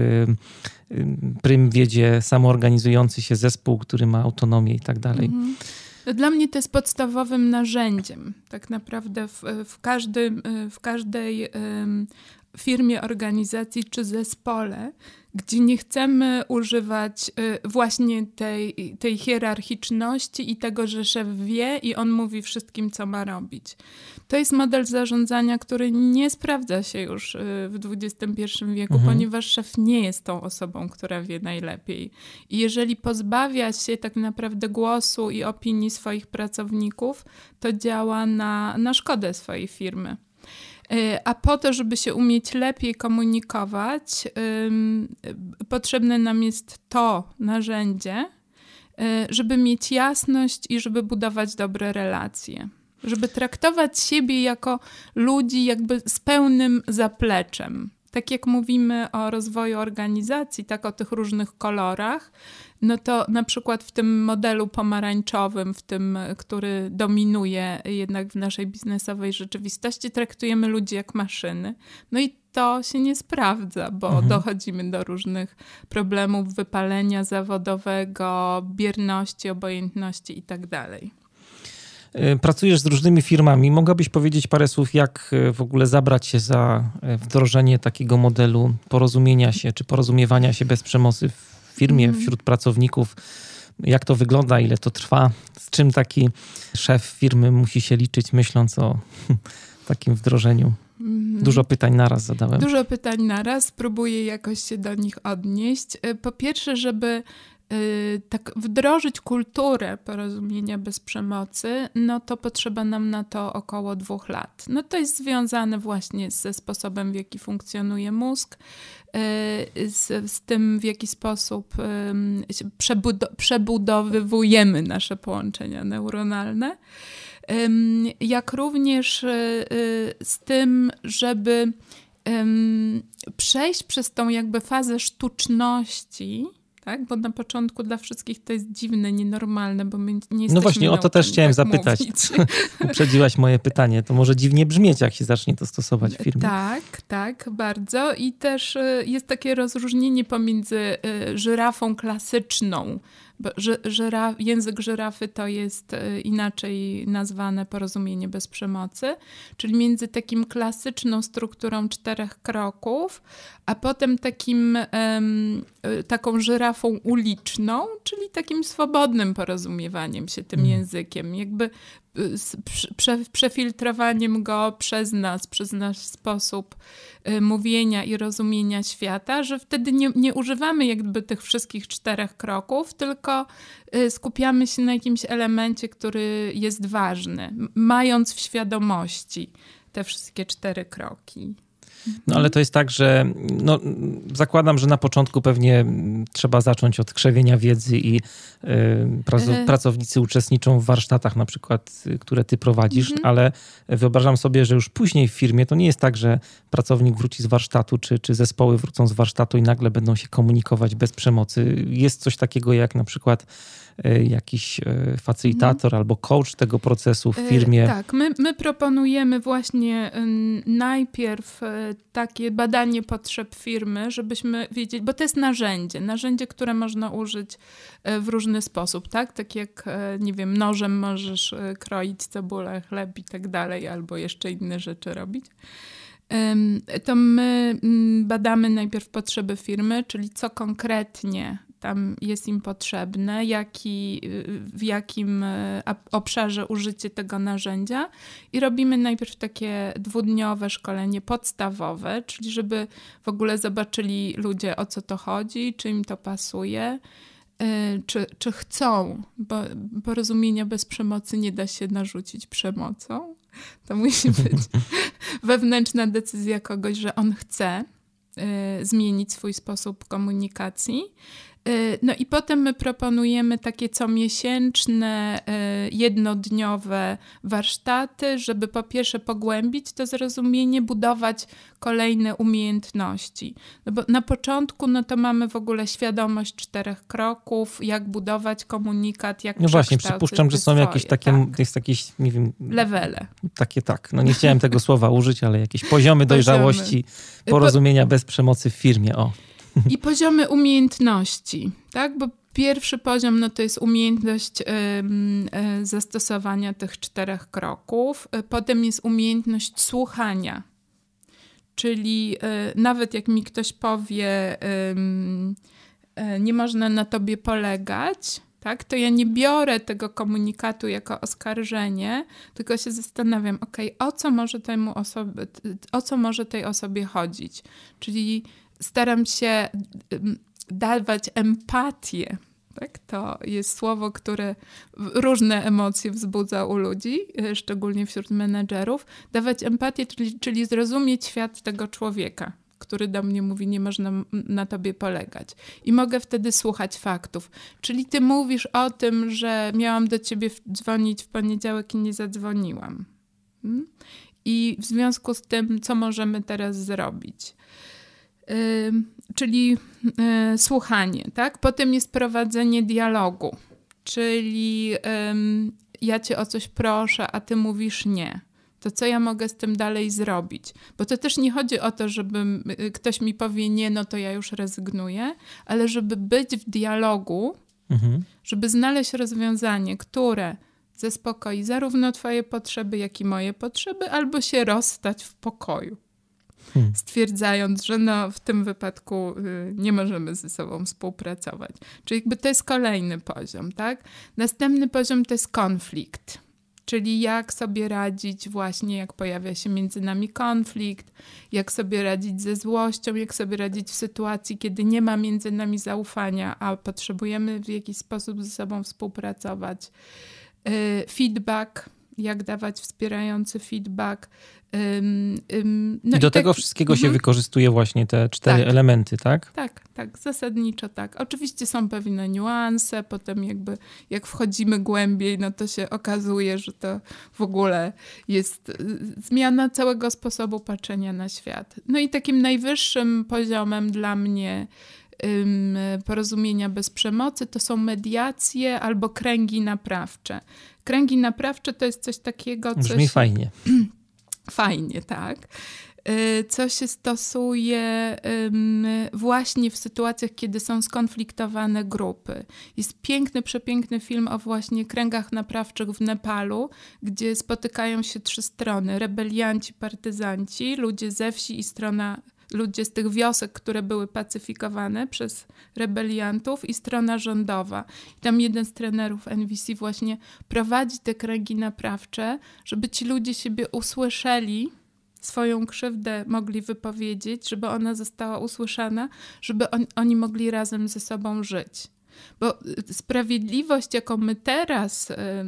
prym wiedzie samoorganizujący się zespół, który ma autonomię i tak dalej. Mhm. Dla mnie to jest podstawowym narzędziem. Tak naprawdę w, w, każdym, w każdej um, firmie, organizacji czy zespole, gdzie nie chcemy używać y, właśnie tej, tej hierarchiczności i tego, że szef wie i on mówi wszystkim, co ma robić. To jest model zarządzania, który nie sprawdza się już y, w dwudziestym pierwszym wieku, mhm. ponieważ szef nie jest tą osobą, która wie najlepiej. I jeżeli pozbawia się tak naprawdę głosu i opinii swoich pracowników, to działa na, na szkodę swojej firmy. A po to, żeby się umieć lepiej komunikować, potrzebne nam jest to narzędzie, żeby mieć jasność i żeby budować dobre relacje. Żeby traktować siebie jako ludzi jakby z pełnym zapleczem. Tak jak mówimy o rozwoju organizacji, tak o tych różnych kolorach, no to na przykład w tym modelu pomarańczowym, w tym, który dominuje jednak w naszej biznesowej rzeczywistości, traktujemy ludzi jak maszyny. No i to się nie sprawdza, bo mhm. dochodzimy do różnych problemów wypalenia zawodowego, bierności, obojętności i tak dalej. Pracujesz z różnymi firmami. Mogłabyś powiedzieć parę słów, jak w ogóle zabrać się za wdrożenie takiego modelu porozumienia się, czy porozumiewania się bez przemocy w firmie, mm. wśród pracowników? Jak to wygląda, ile to trwa? Z czym taki szef firmy musi się liczyć, myśląc o takim wdrożeniu? Dużo pytań naraz zadałem. Dużo pytań naraz. Próbuję jakoś się do nich odnieść. Po pierwsze, żeby tak wdrożyć kulturę porozumienia bez przemocy, no to potrzeba nam na to około dwóch lat. No to jest związane właśnie ze sposobem, w jaki funkcjonuje mózg, z, z tym, w jaki sposób przebudo- przebudowywujemy nasze połączenia neuronalne, jak również z tym, żeby przejść przez tą jakby fazę sztuczności, tak? Bo na początku dla wszystkich to jest dziwne, nienormalne, bo my nie jesteśmy. No właśnie, o to też chciałem tak zapytać. Uprzedziłaś moje pytanie. To może dziwnie brzmieć, jak się zacznie to stosować w firmie. Tak, tak, bardzo. I też jest takie rozróżnienie pomiędzy żyrafą klasyczną, bo żyra, język żyrafy to jest inaczej nazwane porozumienie bez przemocy, czyli między takim klasyczną strukturą czterech kroków, a potem takim, um, taką żyrafą uliczną, czyli takim swobodnym porozumiewaniem się tym hmm. językiem. Jakby Prze, przefiltrowaniem go przez nas, przez nasz sposób y, mówienia i rozumienia świata, że wtedy nie, nie używamy jakby tych wszystkich czterech kroków, tylko y, skupiamy się na jakimś elemencie, który jest ważny, mając w świadomości te wszystkie cztery kroki. No ale to jest tak, że no, zakładam, że na początku pewnie trzeba zacząć od krzewienia wiedzy i y, prac- pracownicy uczestniczą w warsztatach na przykład, które ty prowadzisz, mhm. ale wyobrażam sobie, że już później w firmie to nie jest tak, że pracownik wróci z warsztatu, czy, czy zespoły wrócą z warsztatu i nagle będą się komunikować bez przemocy. Jest coś takiego jak na przykład jakiś facylitator mhm. albo coach tego procesu w firmie. Tak, my, my proponujemy właśnie najpierw takie badanie potrzeb firmy, żebyśmy wiedzieć, bo to jest narzędzie, narzędzie, które można użyć w różny sposób, tak? Tak jak, nie wiem, nożem możesz kroić cebulę, chleb i tak dalej, albo jeszcze inne rzeczy robić. To my badamy najpierw potrzeby firmy, czyli co konkretnie tam jest im potrzebne, jaki, w jakim obszarze użycie tego narzędzia i robimy najpierw takie dwudniowe szkolenie podstawowe, czyli żeby w ogóle zobaczyli ludzie, o co to chodzi, czy im to pasuje, czy, czy chcą, bo porozumienia bez przemocy nie da się narzucić przemocą. To musi być wewnętrzna decyzja kogoś, że on chce zmienić swój sposób komunikacji. No i potem my proponujemy takie comiesięczne, jednodniowe warsztaty, żeby po pierwsze pogłębić to zrozumienie, budować kolejne umiejętności. No bo na początku no to mamy w ogóle świadomość czterech kroków, jak budować komunikat, jak No właśnie, przypuszczam, że są swoje, jakieś takie, tak. jest jakieś, nie wiem... Levele. Takie tak, no nie chciałem tego słowa użyć, ale jakieś poziomy dojrzałości, porozumienia po... bez przemocy w firmie, o. I poziomy umiejętności, tak? Bo pierwszy poziom no to jest umiejętność y, y, zastosowania tych czterech kroków. Potem jest umiejętność słuchania. Czyli y, nawet jak mi ktoś powie, y, y, nie można na tobie polegać, tak? To ja nie biorę tego komunikatu jako oskarżenie, tylko się zastanawiam, okej, okay, o co może temu osobie, o co może tej osobie chodzić? Czyli staram się dawać empatię. Tak? To jest słowo, które różne emocje wzbudza u ludzi, szczególnie wśród menedżerów. Dawać empatię, czyli, czyli zrozumieć świat tego człowieka, który do mnie mówi, nie można na tobie polegać. I mogę wtedy słuchać faktów. Czyli ty mówisz o tym, że miałam do ciebie dzwonić w poniedziałek i nie zadzwoniłam. Hmm? I w związku z tym, co możemy teraz zrobić? Yy, czyli yy, słuchanie, tak? Potem jest prowadzenie dialogu, czyli yy, ja cię o coś proszę, a ty mówisz nie. To co ja mogę z tym dalej zrobić? Bo to też nie chodzi o to, żeby ktoś mi powie nie, no to ja już rezygnuję, ale żeby być w dialogu, mhm. żeby znaleźć rozwiązanie, które zaspokoi zarówno twoje potrzeby, jak i moje potrzeby, albo się rozstać w pokoju. Hmm. Stwierdzając, że no, w tym wypadku y, nie możemy ze sobą współpracować. Czyli jakby to jest kolejny poziom, tak? Następny poziom to jest konflikt. Czyli jak sobie radzić właśnie, jak pojawia się między nami konflikt, jak sobie radzić ze złością, jak sobie radzić w sytuacji, kiedy nie ma między nami zaufania, a potrzebujemy w jakiś sposób ze sobą współpracować. Yy, feedback, jak dawać wspierający feedback. Um, um, no I do i tego tak, wszystkiego uh-huh. się wykorzystuje właśnie te cztery tak. elementy, tak? Tak, tak, zasadniczo tak. Oczywiście są pewne niuanse, potem jakby jak wchodzimy głębiej, no to się okazuje, że to w ogóle jest zmiana całego sposobu patrzenia na świat. No i takim najwyższym poziomem dla mnie um, porozumienia bez przemocy to są mediacje albo kręgi naprawcze. Kręgi naprawcze to jest coś takiego, co Brzmi się... fajnie. Fajnie, tak. Co się stosuje właśnie w sytuacjach, kiedy są skonfliktowane grupy. Jest piękny, przepiękny film o właśnie kręgach naprawczych w Nepalu, gdzie spotykają się trzy strony. Rebelianci, partyzanci, ludzie ze wsi i strona... ludzie z tych wiosek, które były pacyfikowane przez rebeliantów i strona rządowa. I tam jeden z trenerów N V C właśnie prowadzi te kręgi naprawcze, żeby ci ludzie siebie usłyszeli, swoją krzywdę mogli wypowiedzieć, żeby ona została usłyszana, żeby on, oni mogli razem ze sobą żyć. Bo sprawiedliwość, jaką my teraz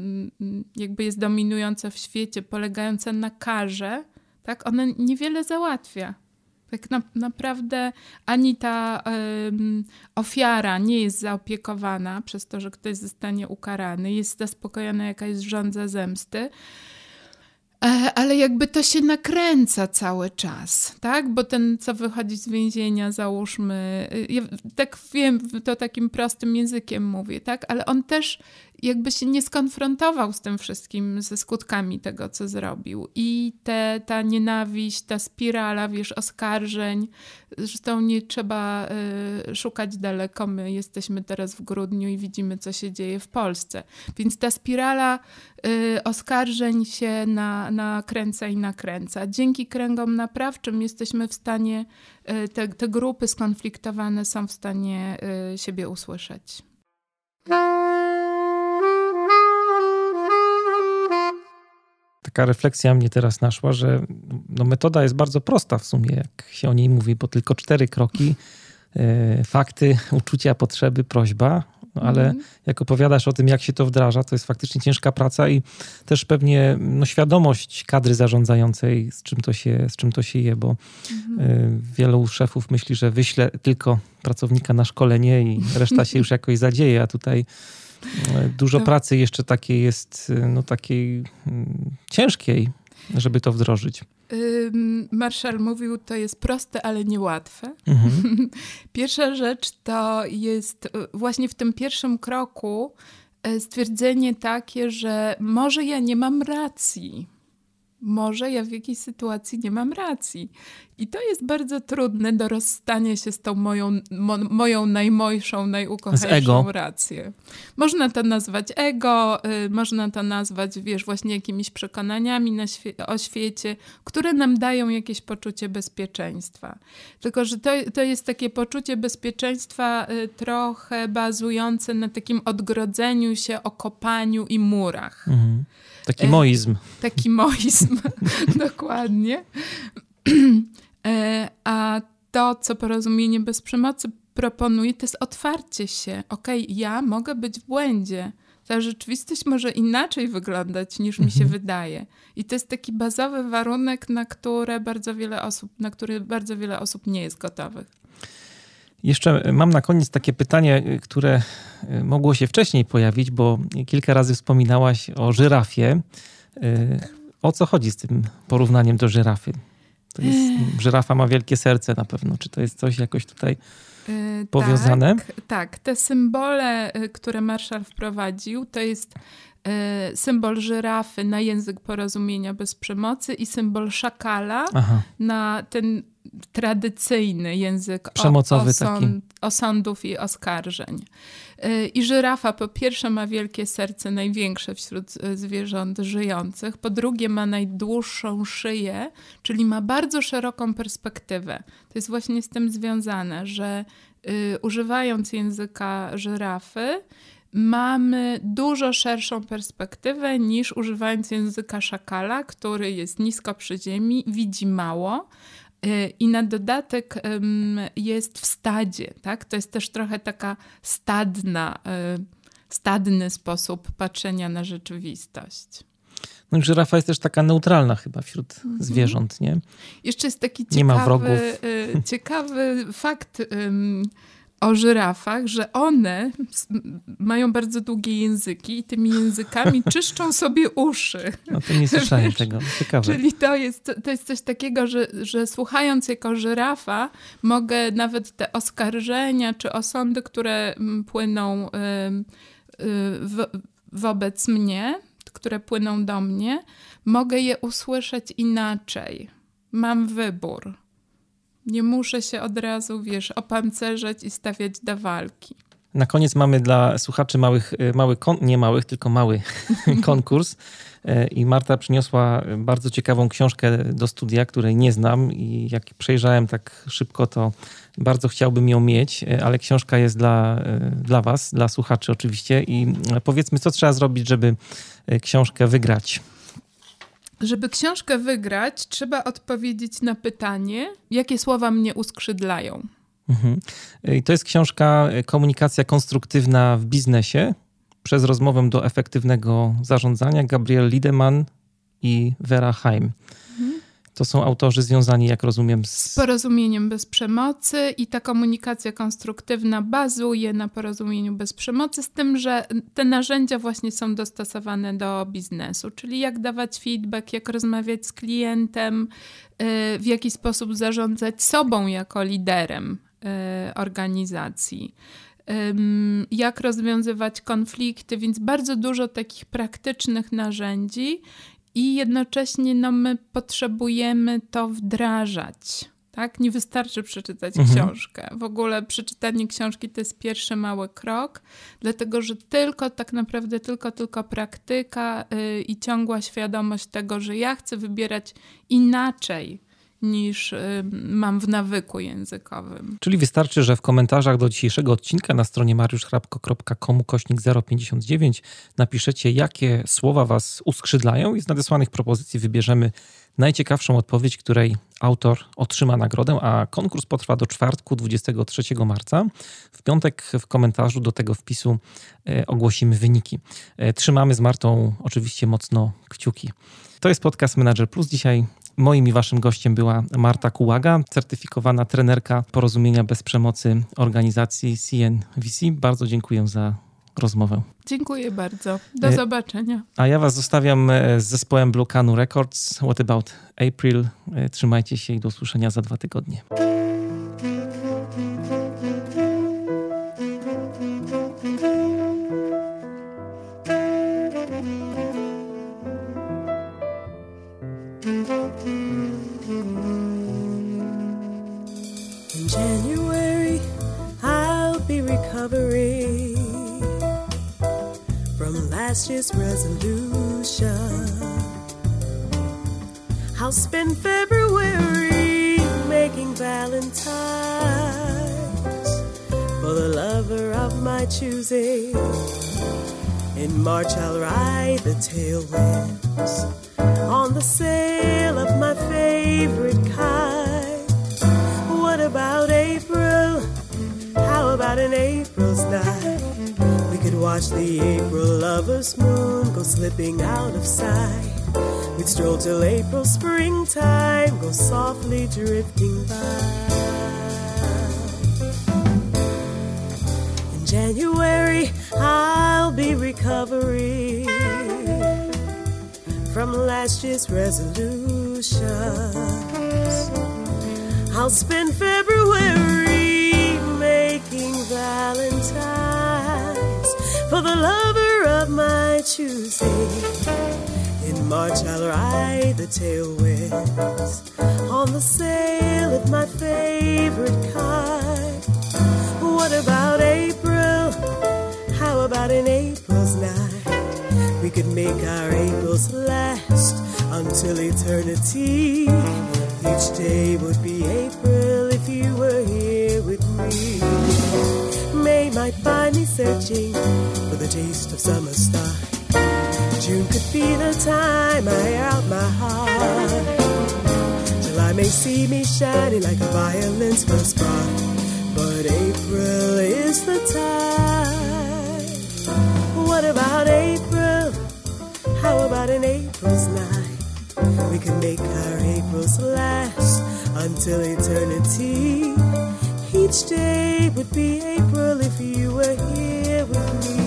jakby jest dominująca w świecie, polegająca na karze, tak, ona niewiele załatwia. Tak na, naprawdę ani ta um, ofiara nie jest zaopiekowana przez to, że ktoś zostanie ukarany, jest zaspokojona jakaś żądza zemsty, ale jakby to się nakręca cały czas, tak? Bo ten, co wychodzi z więzienia, załóżmy, ja tak wiem, to takim prostym językiem mówię, tak? Ale on też jakby się nie skonfrontował z tym wszystkim, ze skutkami tego, co zrobił. I te, ta nienawiść, ta spirala, wiesz, oskarżeń, zresztą nie trzeba y, szukać daleko, my jesteśmy teraz w grudniu i widzimy, co się dzieje w Polsce. Więc ta spirala y, oskarżeń się na, nakręca i nakręca. Dzięki kręgom naprawczym jesteśmy w stanie, y, te, te grupy skonfliktowane są w stanie y, siebie usłyszeć. Taka refleksja mnie teraz naszła, że no metoda jest bardzo prosta w sumie, jak się o niej mówi, bo tylko cztery kroki, e, fakty, uczucia, potrzeby, prośba, no ale mm. jak opowiadasz o tym, jak się to wdraża, to jest faktycznie ciężka praca i też pewnie no, świadomość kadry zarządzającej, z czym to się, z czym to się je, bo mm. e, wielu szefów myśli, że wyślę tylko pracownika na szkolenie i reszta się już jakoś zadzieje, a tutaj dużo to... pracy jeszcze takiej jest, no takiej mm, ciężkiej, żeby to wdrożyć. Marshall mówił, to jest proste, ale niełatwe. Mhm. Pierwsza rzecz to jest właśnie w tym pierwszym kroku stwierdzenie takie, że może ja nie mam racji. Może ja w jakiejś sytuacji nie mam racji. I to jest bardzo trudne do rozstania się z tą moją, mo, moją najmojszą, najukochańszą rację. Można to nazwać ego, y, można to nazwać, wiesz, właśnie jakimiś przekonaniami na świe- o świecie, które nam dają jakieś poczucie bezpieczeństwa. Tylko, że to, to jest takie poczucie bezpieczeństwa y, trochę bazujące na takim odgrodzeniu się, okopaniu i murach. Mhm. Taki moizm. Taki moizm, dokładnie. A to, co Porozumienie bez przemocy proponuje, to jest otwarcie się. Okej, okay, ja mogę być w błędzie. Ta rzeczywistość może inaczej wyglądać, niż mi się mhm. wydaje. I to jest taki bazowy warunek, na które bardzo wiele osób, na który bardzo wiele osób nie jest gotowych. Jeszcze mam na koniec takie pytanie, które mogło się wcześniej pojawić, bo kilka razy wspominałaś o żyrafie. O co chodzi z tym porównaniem do żyrafy? To jest, żyrafa ma wielkie serce na pewno. Czy to jest coś jakoś tutaj yy, powiązane? Tak, tak, te symbole, które Marshall wprowadził, to jest yy, symbol żyrafy na język porozumienia bez przemocy i symbol szakala Aha. na ten tradycyjny język przemocowy osąd, taki. osądów i oskarżeń. I żyrafa po pierwsze ma wielkie serce, największe wśród zwierząt żyjących. Po drugie ma najdłuższą szyję, czyli ma bardzo szeroką perspektywę. To jest właśnie z tym związane, że y, używając języka żyrafy mamy dużo szerszą perspektywę niż używając języka szakala, który jest nisko przy ziemi, widzi mało. I na dodatek jest w stadzie, tak? To jest też trochę taka stadna, stadny sposób patrzenia na rzeczywistość. No i żyrafa jest też taka neutralna chyba wśród mm-hmm. zwierząt, nie? Jeszcze jest taki ciekawy, nie ma wrogów. ciekawy fakt um, o żyrafach, że one mają bardzo długie języki i tymi językami czyszczą sobie uszy. No to nie słyszałem tego. Ciekawe. Czyli to jest, to jest coś takiego, że, że słuchając jako żyrafa mogę nawet te oskarżenia czy osądy, które płyną w, wobec mnie, które płyną do mnie, mogę je usłyszeć inaczej. Mam wybór. Nie muszę się od razu, wiesz, opancerzać i stawiać do walki. Na koniec mamy dla słuchaczy małych, mały kon- nie małych, tylko mały konkurs. I Marta przyniosła bardzo ciekawą książkę do studia, której nie znam i jak przejrzałem tak szybko, to bardzo chciałbym ją mieć, ale książka jest dla, dla was, dla słuchaczy oczywiście. I powiedzmy, co trzeba zrobić, żeby książkę wygrać. Żeby książkę wygrać, trzeba odpowiedzieć na pytanie, jakie słowa mnie uskrzydlają. Mhm. I to jest książka Komunikacja konstruktywna w biznesie przez rozmowę do efektywnego zarządzania, Gabriel Liedemann i Vera Heim. Mhm. To są autorzy związani, jak rozumiem, z... z porozumieniem bez przemocy i ta komunikacja konstruktywna bazuje na porozumieniu bez przemocy, z tym, że te narzędzia właśnie są dostosowane do biznesu, czyli jak dawać feedback, jak rozmawiać z klientem, w jaki sposób zarządzać sobą jako liderem organizacji, jak rozwiązywać konflikty, więc bardzo dużo takich praktycznych narzędzi i jednocześnie no, my potrzebujemy to wdrażać. Tak? Nie wystarczy przeczytać mhm. książkę. W ogóle przeczytanie książki to jest pierwszy mały krok, dlatego że tylko tak naprawdę tylko, tylko praktyka yy, i ciągła świadomość tego, że ja chcę wybierać inaczej niż y, mam w nawyku językowym. Czyli wystarczy, że w komentarzach do dzisiejszego odcinka na stronie mariuszchrapko kropka com kośnik zero pięćdziesiąt dziewięć napiszecie, jakie słowa was uskrzydlają i z nadesłanych propozycji wybierzemy najciekawszą odpowiedź, której autor otrzyma nagrodę, a konkurs potrwa do czwartku, dwudziestego trzeciego marca. W piątek w komentarzu do tego wpisu e, ogłosimy wyniki. E, trzymamy z Martą oczywiście mocno kciuki. To jest podcast Manager Plus. Dzisiaj moim i waszym gościem była Marta Kułaga, certyfikowana trenerka porozumienia bez przemocy organizacji C N V C. Bardzo dziękuję za rozmowę. Dziękuję bardzo. Do zobaczenia. A ja was zostawiam z zespołem Blue Canoe Records. What about April? Trzymajcie się i do usłyszenia za dwa tygodnie. In January, I'll be recovering from last year's resolution. I'll spend February making valentines for the lover of my choosing. In March, I'll ride the tailwinds on the sail of my favorite kite. What about April? How about an April's night? We could watch the April lover's moon go slipping out of sight. We'd stroll till April springtime, go softly drifting by. In January, I'll be recovering from last year's resolutions. I'll spend February making valentines for the lover of my choosing. In March I'll ride the tailwinds on the sail of my favorite kite. What about April? How about an April's night? We could make our Aprils last until eternity. Each day would be April if you were here with me. May might find me searching for the taste of summer start. June could be the time I air out my heart. July may see me shining like a violin's first spark. But April is the time. What about April? How about an April's night? We can make our Aprils last until eternity. Each day would be April if you were here with me.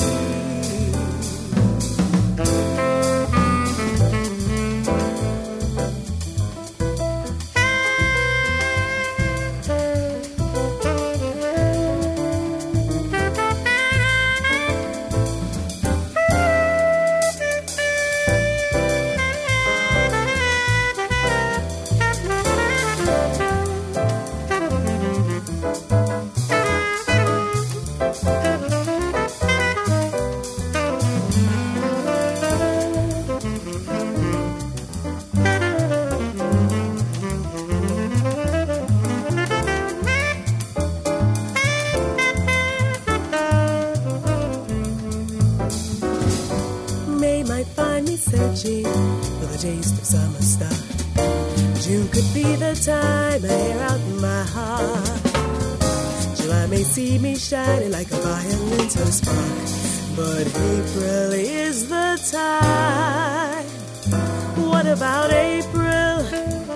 Searching for the taste of summer start. June could be the time I air out my heart. July may see me shining like a violin's her spark. But April is the time. What about April?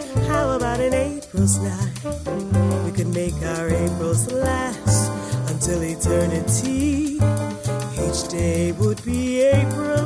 make our Aprils last until eternity. Each day would be April